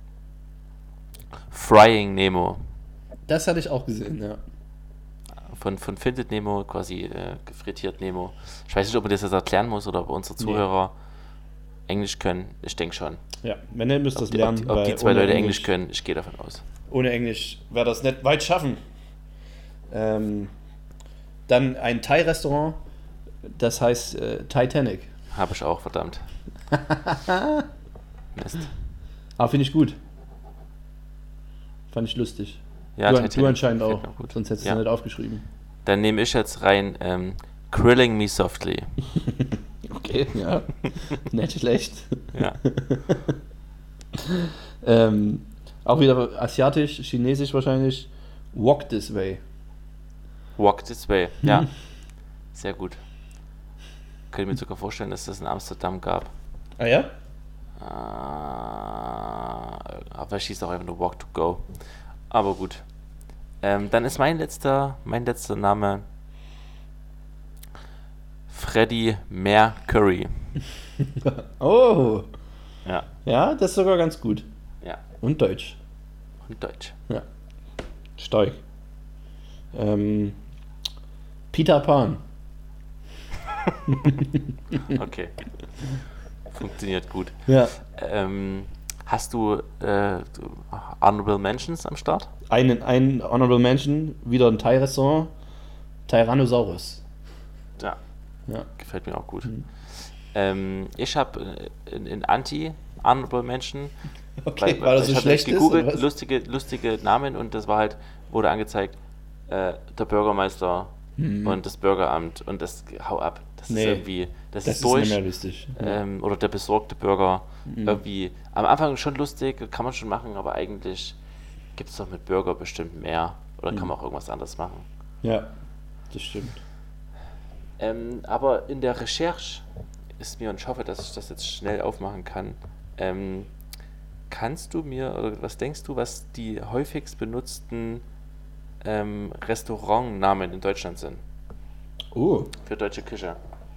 S1: Frying Nemo.
S2: Das hatte ich auch gesehen, ja.
S1: Von Findet Nemo, quasi gefrittiert Nemo. Ich weiß nicht, ob man das jetzt erklären muss oder ob unsere Zuhörer Englisch können. Ich denke schon.
S2: Ja, wenn ihr müsst das lernen.
S1: Ob die zwei Leute Englisch können, ich gehe davon aus.
S2: Ohne Englisch wäre das nicht weit schaffen. Dann ein Thai-Restaurant, das heißt Titanic.
S1: Habe ich auch, verdammt. Mist.
S2: Aber finde ich gut. Fand ich lustig.
S1: Ja,
S2: du anscheinend auch, sonst hättest du es nicht aufgeschrieben.
S1: Dann nehme ich jetzt rein Grilling Me Softly.
S2: Okay, ja. Nicht schlecht.
S1: Ja.
S2: Auch wieder asiatisch, chinesisch wahrscheinlich. Walk This Way.
S1: Walk This Way, ja. Sehr gut. Könnte mir sogar vorstellen, dass das in Amsterdam gab.
S2: Ah ja?
S1: Aber ich schieße auch einfach nur Walk to Go. Aber gut. Dann ist mein letzter Name Freddie Mercury.
S2: Oh.
S1: Ja.
S2: Ja, das ist sogar ganz gut.
S1: Ja.
S2: Und Deutsch. Ja. Stark. Peter Pan.
S1: Okay. Funktioniert gut.
S2: Ja.
S1: Hast du Honorable Mentions am Start?
S2: Ein Honorable Mention, wieder ein Thai-Restaurant, Tyrannosaurus.
S1: Ja, gefällt mir auch gut. Ich habe in Anti-Honorable Mention,
S2: okay, weil das so schlecht
S1: gegoogelt, lustige Namen, und das war halt, wurde angezeigt, der Bürgermeister und das Bürgeramt, und das, hau ab. Das ist irgendwie, das ist durch.
S2: Nicht mehr lustig.
S1: Oder der besorgte Bürger. Irgendwie, am Anfang schon lustig, kann man schon machen, aber eigentlich gibt es doch mit Bürger bestimmt mehr. Oder kann man auch irgendwas anderes machen.
S2: Ja, das stimmt.
S1: Aber in der Recherche ist mir, und ich hoffe, dass ich das jetzt schnell aufmachen kann, kannst du mir, oder was denkst du, was die häufigst benutzten Restaurantnamen in Deutschland sind? Für deutsche Küche.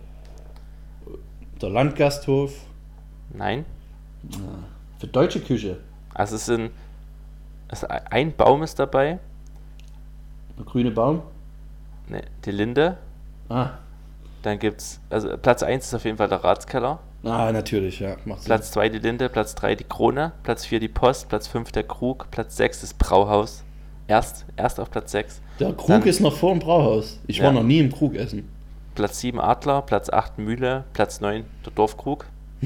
S2: Der Landgasthof.
S1: Nein.
S2: Für deutsche Küche.
S1: Also ein Baum ist dabei.
S2: Der grüne Baum?
S1: Ne, die Linde. Dann gibt's, also Platz 1 ist auf jeden Fall der Ratskeller.
S2: Natürlich, ja. Macht Sinn.
S1: Platz 2 die Linde, Platz 3 die Krone, Platz 4 die Post, Platz 5 der Krug, Platz 6 das Brauhaus. Erst auf Platz 6.
S2: Der Krug dann, ist noch vor dem Brauhaus. Ich war noch nie im Krug essen.
S1: Platz 7 Adler, Platz 8 Mühle, Platz 9 der Dorfkrug.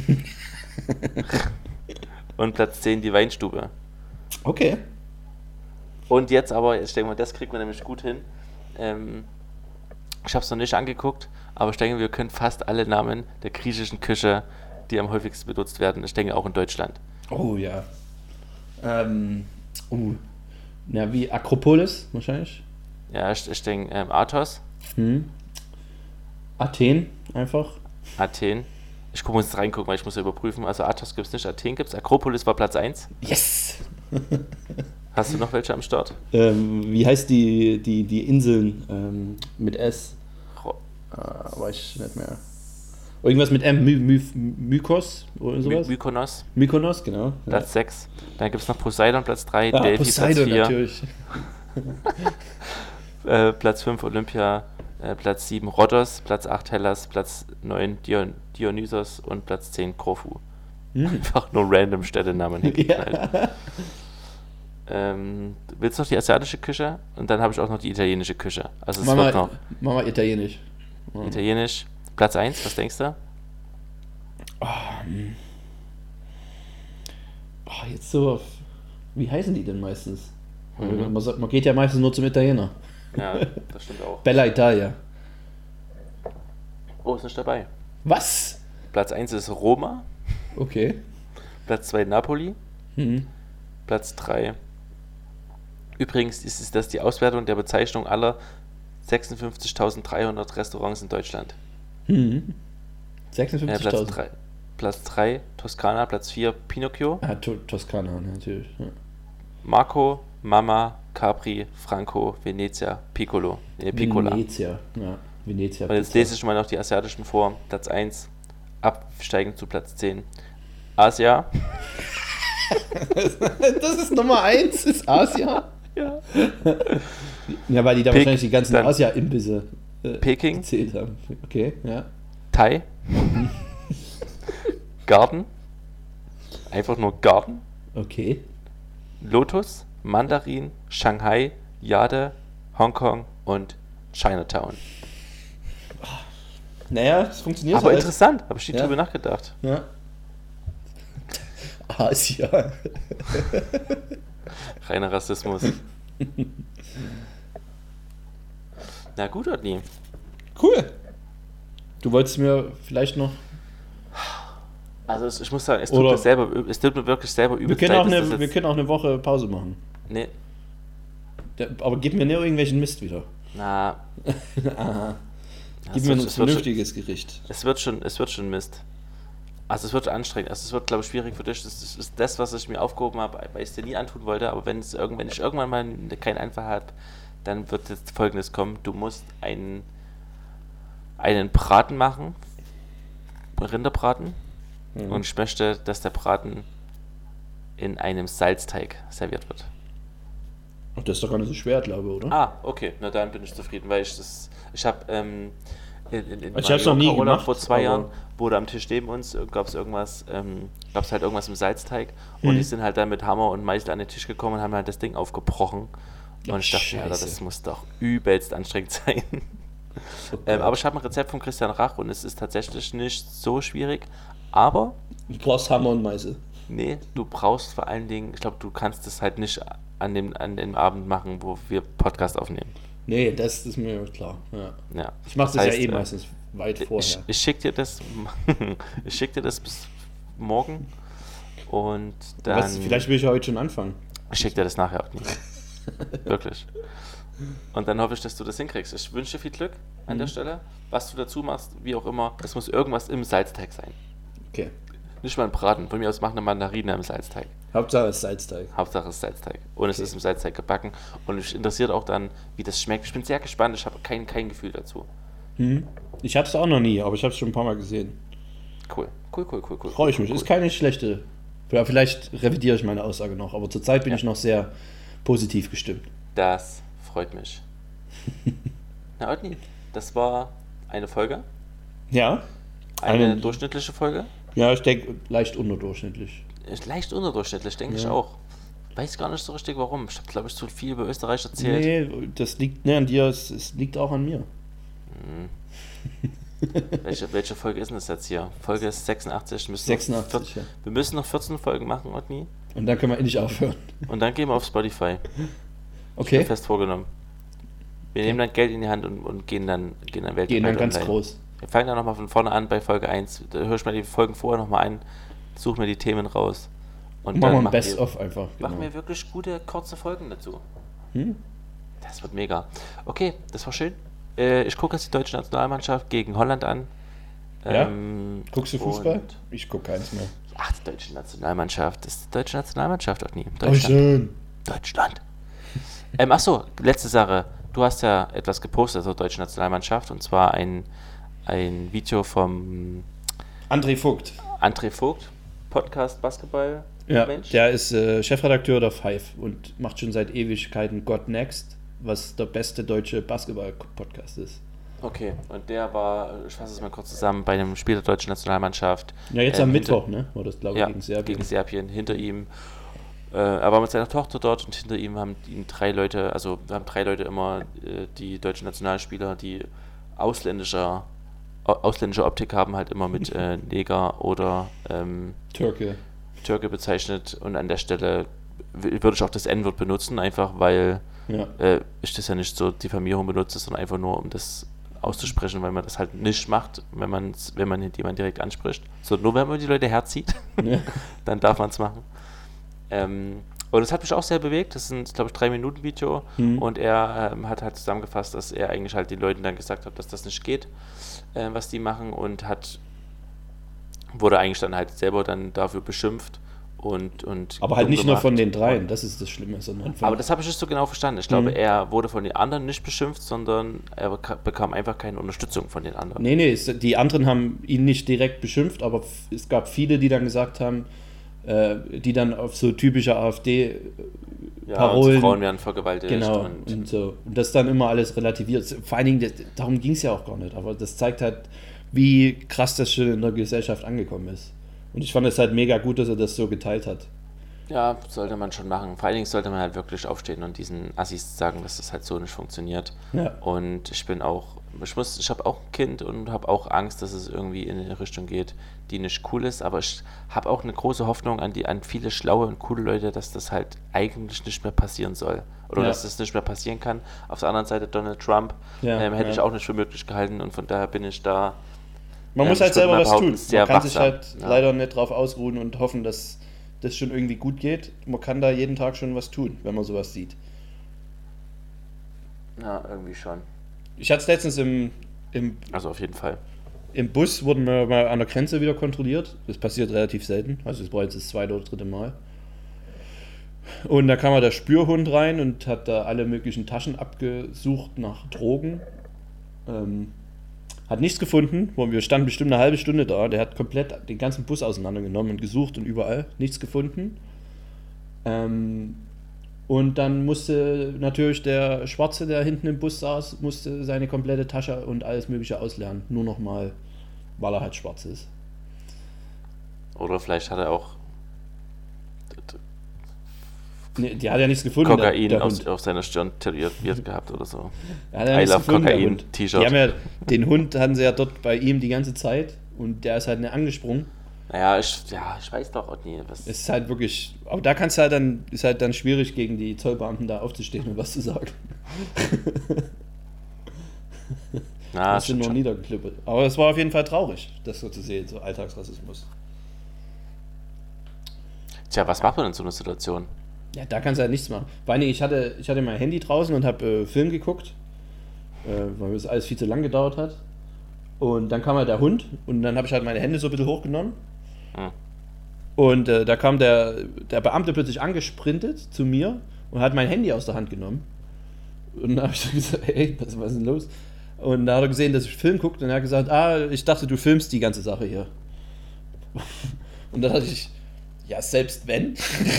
S1: Und Platz 10 die Weinstube.
S2: Okay.
S1: Und jetzt aber, ich denke mal, das kriegt man nämlich gut hin. Ich habe es noch nicht angeguckt, aber ich denke, wir können fast alle Namen der griechischen Küche, die am häufigsten benutzt werden, ich denke auch in Deutschland.
S2: Oh ja. Wie Akropolis wahrscheinlich?
S1: Ja, ich denke Athos.
S2: Athen einfach.
S1: Athen. Ich muss jetzt reingucken, weil ich muss ja überprüfen. Also Athos gibt es nicht, Athen gibt es. Akropolis war Platz 1.
S2: Yes!
S1: Hast du noch welche am Start?
S2: Wie heißt die Inseln mit S? Weiß ich nicht mehr. Irgendwas mit M, Mykos oder sowas?
S1: Mykonos.
S2: Mykonos, genau.
S1: Platz 6. Dann gibt es noch Poseidon, Platz 3,
S2: Delphi, Poseidon, Platz 4. Natürlich.
S1: Platz 5 Olympia, Platz 7 Rhodos, Platz 8 Hellas, Platz 9 Dionysos und Platz 10 Korfu. Einfach nur random Städtenamen hingeknallt. Willst du noch die asiatische Küche? Und dann habe ich auch noch die italienische Küche. Also es wird noch.
S2: Mach mal italienisch.
S1: Italienisch. Platz 1, was denkst du?
S2: Jetzt so. Wie heißen die denn meistens? Man geht ja meistens nur zum Italiener.
S1: Ja, das stimmt auch.
S2: Bella Italia.
S1: Oh, ist nicht dabei.
S2: Was?
S1: Platz 1 ist Roma.
S2: Okay.
S1: Platz 2 Napoli. Platz 3. Übrigens ist das die Auswertung der Bezeichnung aller 56.300 Restaurants in Deutschland.
S2: 56.000.
S1: Platz 3 Toskana, Platz 4 Pinocchio.
S2: Toskana, natürlich. Ja.
S1: Marco, Mama, Capri, Franco, Venezia, Piccola.
S2: Venezia.
S1: Und jetzt lese ich mal noch die asiatischen vor. Platz 1, absteigend zu Platz 10. Asia.
S2: Das ist Nummer 1, ist Asia?
S1: Ja.
S2: Ja, weil die da wahrscheinlich die ganzen Asia-Imbisse
S1: Peking
S2: gezählt haben. Okay, ja.
S1: Thai. Garden. Einfach nur Garden.
S2: Okay.
S1: Lotus, Mandarin, Shanghai, Jade, Hongkong und Chinatown.
S2: Naja, das funktioniert.
S1: Aber interessant, habe ich nie drüber nachgedacht.
S2: Ja. Asia.
S1: Reiner Rassismus. Na gut, Odni.
S2: Cool. Du wolltest mir vielleicht noch...
S1: Also ich muss sagen, es tut mir wirklich selber übel
S2: leid. Wir können auch eine Woche Pause machen.
S1: Nee.
S2: Aber gib mir nur irgendwelchen Mist wieder.
S1: Na.
S2: Gib mir ein vernünftiges Gericht.
S1: Es wird schon Mist. Also es wird anstrengend. Also es wird, glaube ich, schwierig für dich. Das ist das, was ich mir aufgehoben habe, weil ich es dir nie antun wollte. Aber wenn ich irgendwann mal keinen Einfall habe, dann wird jetzt Folgendes kommen. Du musst einen Braten machen. Rinderbraten. Und ich möchte, dass der Braten in einem Salzteig serviert wird.
S2: Ach, das ist doch gar nicht so schwer, glaube ich, oder?
S1: Ah, okay. Na dann bin ich zufrieden, weil ich habe in
S2: ich hab's noch nie gemacht,
S1: vor 2 Jahren wurde am Tisch neben uns, gab es halt irgendwas im Salzteig und die sind halt dann mit Hammer und Meißel an den Tisch gekommen und haben halt das Ding aufgebrochen. Und ich dachte mir, Alter, das muss doch übelst anstrengend sein. Aber ich habe ein Rezept von Christian Rach und es ist tatsächlich nicht so schwierig, aber...
S2: Du brauchst Hammer und Meißel.
S1: Nee, du brauchst vor allen Dingen, ich glaube, du kannst es halt nicht an dem Abend machen, wo wir Podcast aufnehmen.
S2: Nee, das ist mir klar. Ja. Ich mache das ja meistens weit vorher.
S1: Ich schicke dir das bis morgen und dann...
S2: Vielleicht will ich ja heute schon anfangen.
S1: Ich schicke dir das nachher auch nicht. Wirklich. Und dann hoffe ich, dass du das hinkriegst. Ich wünsche dir viel Glück an der Stelle. Was du dazu machst, wie auch immer, es muss irgendwas im Salzteig sein.
S2: Okay.
S1: Nicht mal ein Braten. Von mir aus mach eine Mandarine im Salzteig.
S2: Hauptsache es ist Salzteig.
S1: Hauptsache es ist Salzteig. Und es ist im Salzteig gebacken. Und mich interessiert auch dann, wie das schmeckt. Ich bin sehr gespannt. Ich habe kein Gefühl dazu.
S2: Ich hatte es auch noch nie, aber ich habe es schon ein paar Mal gesehen.
S1: Cool.
S2: Freue ich mich. Cool. Ist keine schlechte. Ja, vielleicht revidiere ich meine Aussage noch, aber zurzeit bin ich noch sehr positiv gestimmt.
S1: Das freut mich. Na, Otni, das war eine Folge.
S2: Ja.
S1: Eine durchschnittliche Folge.
S2: Ja, ich denke, leicht unterdurchschnittlich.
S1: Leicht unterdurchschnittlich, denke ich auch. Weiß gar nicht so richtig warum. Ich habe, glaube ich, zu viel über Österreich erzählt.
S2: Nee, das liegt nicht an dir, es liegt auch an mir.
S1: Welche Folge ist denn das jetzt hier? Folge 86.
S2: 86, ja.
S1: Wir müssen noch 14 Folgen machen, Otni.
S2: Und dann können wir endlich aufhören.
S1: Und dann gehen wir auf Spotify.
S2: Okay.
S1: Ich bin fest vorgenommen. Wir nehmen dann Geld in die Hand und gehen dann weltweit.
S2: Gehen dann ganz groß.
S1: Wir fangen dann nochmal von vorne an bei Folge 1. Da höre ich mir die Folgen vorher nochmal an, suche mir die Themen raus. Und
S2: machen wir ein Best-of einfach.
S1: Machen wir wirklich gute, kurze Folgen dazu. Das wird mega. Okay, das war schön. Ich gucke jetzt die deutsche Nationalmannschaft gegen Holland an.
S2: Ja? Guckst du Fußball? Ich gucke keins mehr.
S1: Ach, die deutsche Nationalmannschaft. Das ist die deutsche Nationalmannschaft auch nie. Deutschland. Achso, letzte Sache. Du hast ja etwas gepostet zur deutschen Nationalmannschaft und zwar ein Video vom
S2: André Vogt,
S1: Podcast Basketball.
S2: Ja, Mensch. Der ist Chefredakteur der Five und macht schon seit Ewigkeiten God Next, was der beste deutsche Basketball-Podcast ist.
S1: Okay, und der war, ich fasse es mal kurz zusammen, bei einem Spiel der deutschen Nationalmannschaft.
S2: Ja, jetzt am Mittwoch, ne? War das, glaube ich, gegen Serbien.
S1: Gegen Serbien. Hinter ihm, er war mit seiner Tochter dort und hinter ihm haben ihn 3 Leute, also wir haben 3 Leute immer, die deutschen Nationalspieler, die ausländische Optik haben, halt immer mit Neger oder Türke bezeichnet, und an der Stelle würde ich auch das N-Wort benutzen, einfach weil ich das ja nicht so Diffamierung benutze, sondern einfach nur, um das auszusprechen, weil man das halt nicht macht, wenn man jemanden direkt anspricht. So, nur wenn man die Leute herzieht, dann darf man es machen. Und das hat mich auch sehr bewegt. Das ist ein, glaube ich, 3-Minuten-Video. Und er hat halt zusammengefasst, dass er eigentlich halt den Leuten dann gesagt hat, dass das nicht geht, was die machen, und wurde eigentlich dann halt selber dann dafür beschimpft.
S2: Aber halt nicht nur von den 3, das ist das Schlimme, sondern
S1: aber das habe ich nicht so genau verstanden. Ich glaube, er wurde von den anderen nicht beschimpft, sondern er bekam einfach keine Unterstützung von den anderen.
S2: Nee, die anderen haben ihn nicht direkt beschimpft, aber es gab viele, die dann gesagt haben, die dann auf so typische AfD-Parolen...
S1: Ja, Frauen werden vergewaltigt.
S2: Genau, und so. Und das dann immer alles relativiert. Vor allen Dingen, darum ging es ja auch gar nicht, aber das zeigt halt, wie krass das schon in der Gesellschaft angekommen ist. Und ich fand es halt mega gut, dass er das so geteilt hat.
S1: Ja, sollte man schon machen. Vor allen Dingen sollte man halt wirklich aufstehen und diesen Assis sagen, dass das halt so nicht funktioniert. Ja. Und ich habe auch ein Kind und habe auch Angst, dass es irgendwie in eine Richtung geht, die nicht cool ist. Aber ich habe auch eine große Hoffnung an viele schlaue und coole Leute, dass das halt eigentlich nicht mehr passieren soll. Oder dass das nicht mehr passieren kann. Auf der anderen Seite Donald Trump hätte ich auch nicht für möglich gehalten, und von daher bin ich da...
S2: Man muss halt selber was tun. Man kann sich halt leider nicht drauf ausruhen und hoffen, dass das schon irgendwie gut geht. Man kann da jeden Tag schon was tun, wenn man sowas sieht.
S1: Ja, irgendwie schon.
S2: Ich hatte es letztens
S1: also auf jeden Fall.
S2: Im Bus wurden wir mal an der Grenze wieder kontrolliert. Das passiert relativ selten. Also es war jetzt das 2. oder 3. Mal. Und da kam der Spürhund rein und hat da alle möglichen Taschen abgesucht nach Drogen. Hat nichts gefunden. Wir standen bestimmt eine halbe Stunde da. Der hat komplett den ganzen Bus auseinandergenommen und gesucht und überall nichts gefunden. Und dann musste natürlich der Schwarze, der hinten im Bus saß, musste seine komplette Tasche und alles Mögliche ausleeren. Nur nochmal, weil er halt schwarz ist.
S1: Oder vielleicht hat er auch
S2: Nee, die hat ja nichts gefunden.
S1: Kokain auf seiner Stirn tätowiert gehabt oder so.
S2: I love Kokain T-Shirt. Die haben ja, den Hund hatten sie ja dort bei ihm die ganze Zeit und der ist halt nicht angesprungen.
S1: Naja, ich weiß doch auch nie.
S2: Es ist halt wirklich, aber da kannst du halt dann, ist halt dann schwierig gegen die Zollbeamten da aufzustehen und was zu sagen. Das sind nur niedergeklippert. Aber es war auf jeden Fall traurig, das so zu sehen, so Alltagsrassismus.
S1: Tja, was macht man in so einer Situation?
S2: Ja, da kannst du halt nichts machen. Vor allem, ich hatte mein Handy draußen und habe Film geguckt, weil das alles viel zu lang gedauert hat. Und dann kam halt der Hund und dann habe ich halt meine Hände so ein bisschen hochgenommen. Und da kam der Beamte plötzlich angesprintet zu mir und hat mein Handy aus der Hand genommen. Und dann habe ich so gesagt, hey, was ist denn los? Und da hat er gesehen, dass ich Film gucke und er hat gesagt, ich dachte, du filmst die ganze Sache hier. Und dann dachte ich, ja, selbst wenn.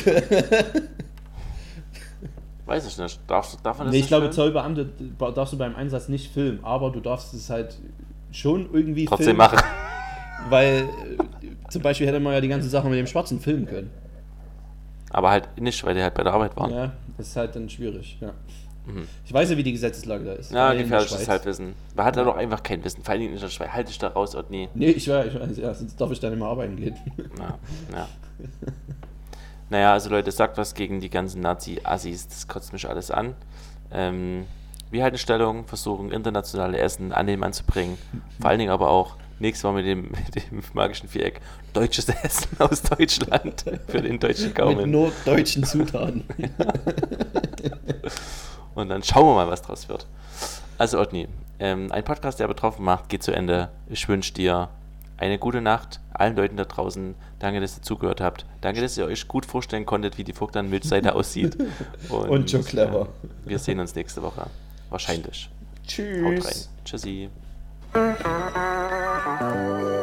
S1: Weiß ich nicht. Darf man das
S2: nicht? Ich glaube, Zollbeamte darfst du beim Einsatz nicht filmen, aber du darfst es halt schon irgendwie
S1: trotzdem machen.
S2: Weil zum Beispiel hätte man ja die ganze Sache mit dem Schwarzen filmen können.
S1: Aber halt nicht, weil die halt bei der Arbeit waren.
S2: Ja, das ist halt dann schwierig, ja. Ich weiß ja, wie die Gesetzeslage da ist.
S1: Ja, gefährliches Halbwissen. Man hat da doch einfach kein Wissen. Vor allem in der Schweiz. Halte ich da raus oder nie?
S2: Nee, ich weiß, ja, sonst darf ich da nicht mehr arbeiten gehen.
S1: Ja. Naja, also Leute, sagt was gegen die ganzen Nazi-Assis. Das kotzt mich alles an. Wir halten Stellung, versuchen internationale Essen an den Mann zu bringen. Vor allen Dingen aber auch nächstes Mal mit dem magischen Viereck deutsches Essen aus Deutschland für den deutschen Gaumen.
S2: Mit nur deutschen Zutaten.
S1: Und dann schauen wir mal, was draus wird. Also Otni, ein Podcast, der betroffen macht, geht zu Ende. Ich wünsche dir eine gute Nacht. Allen Leuten da draußen, danke, dass ihr zugehört habt. Danke, dass ihr euch gut vorstellen konntet, wie die Vogtland-Milchseite aussieht.
S2: Und schon clever.
S1: Wir sehen uns nächste Woche. Wahrscheinlich.
S2: Tschüss.
S1: Haut rein. Tschüssi.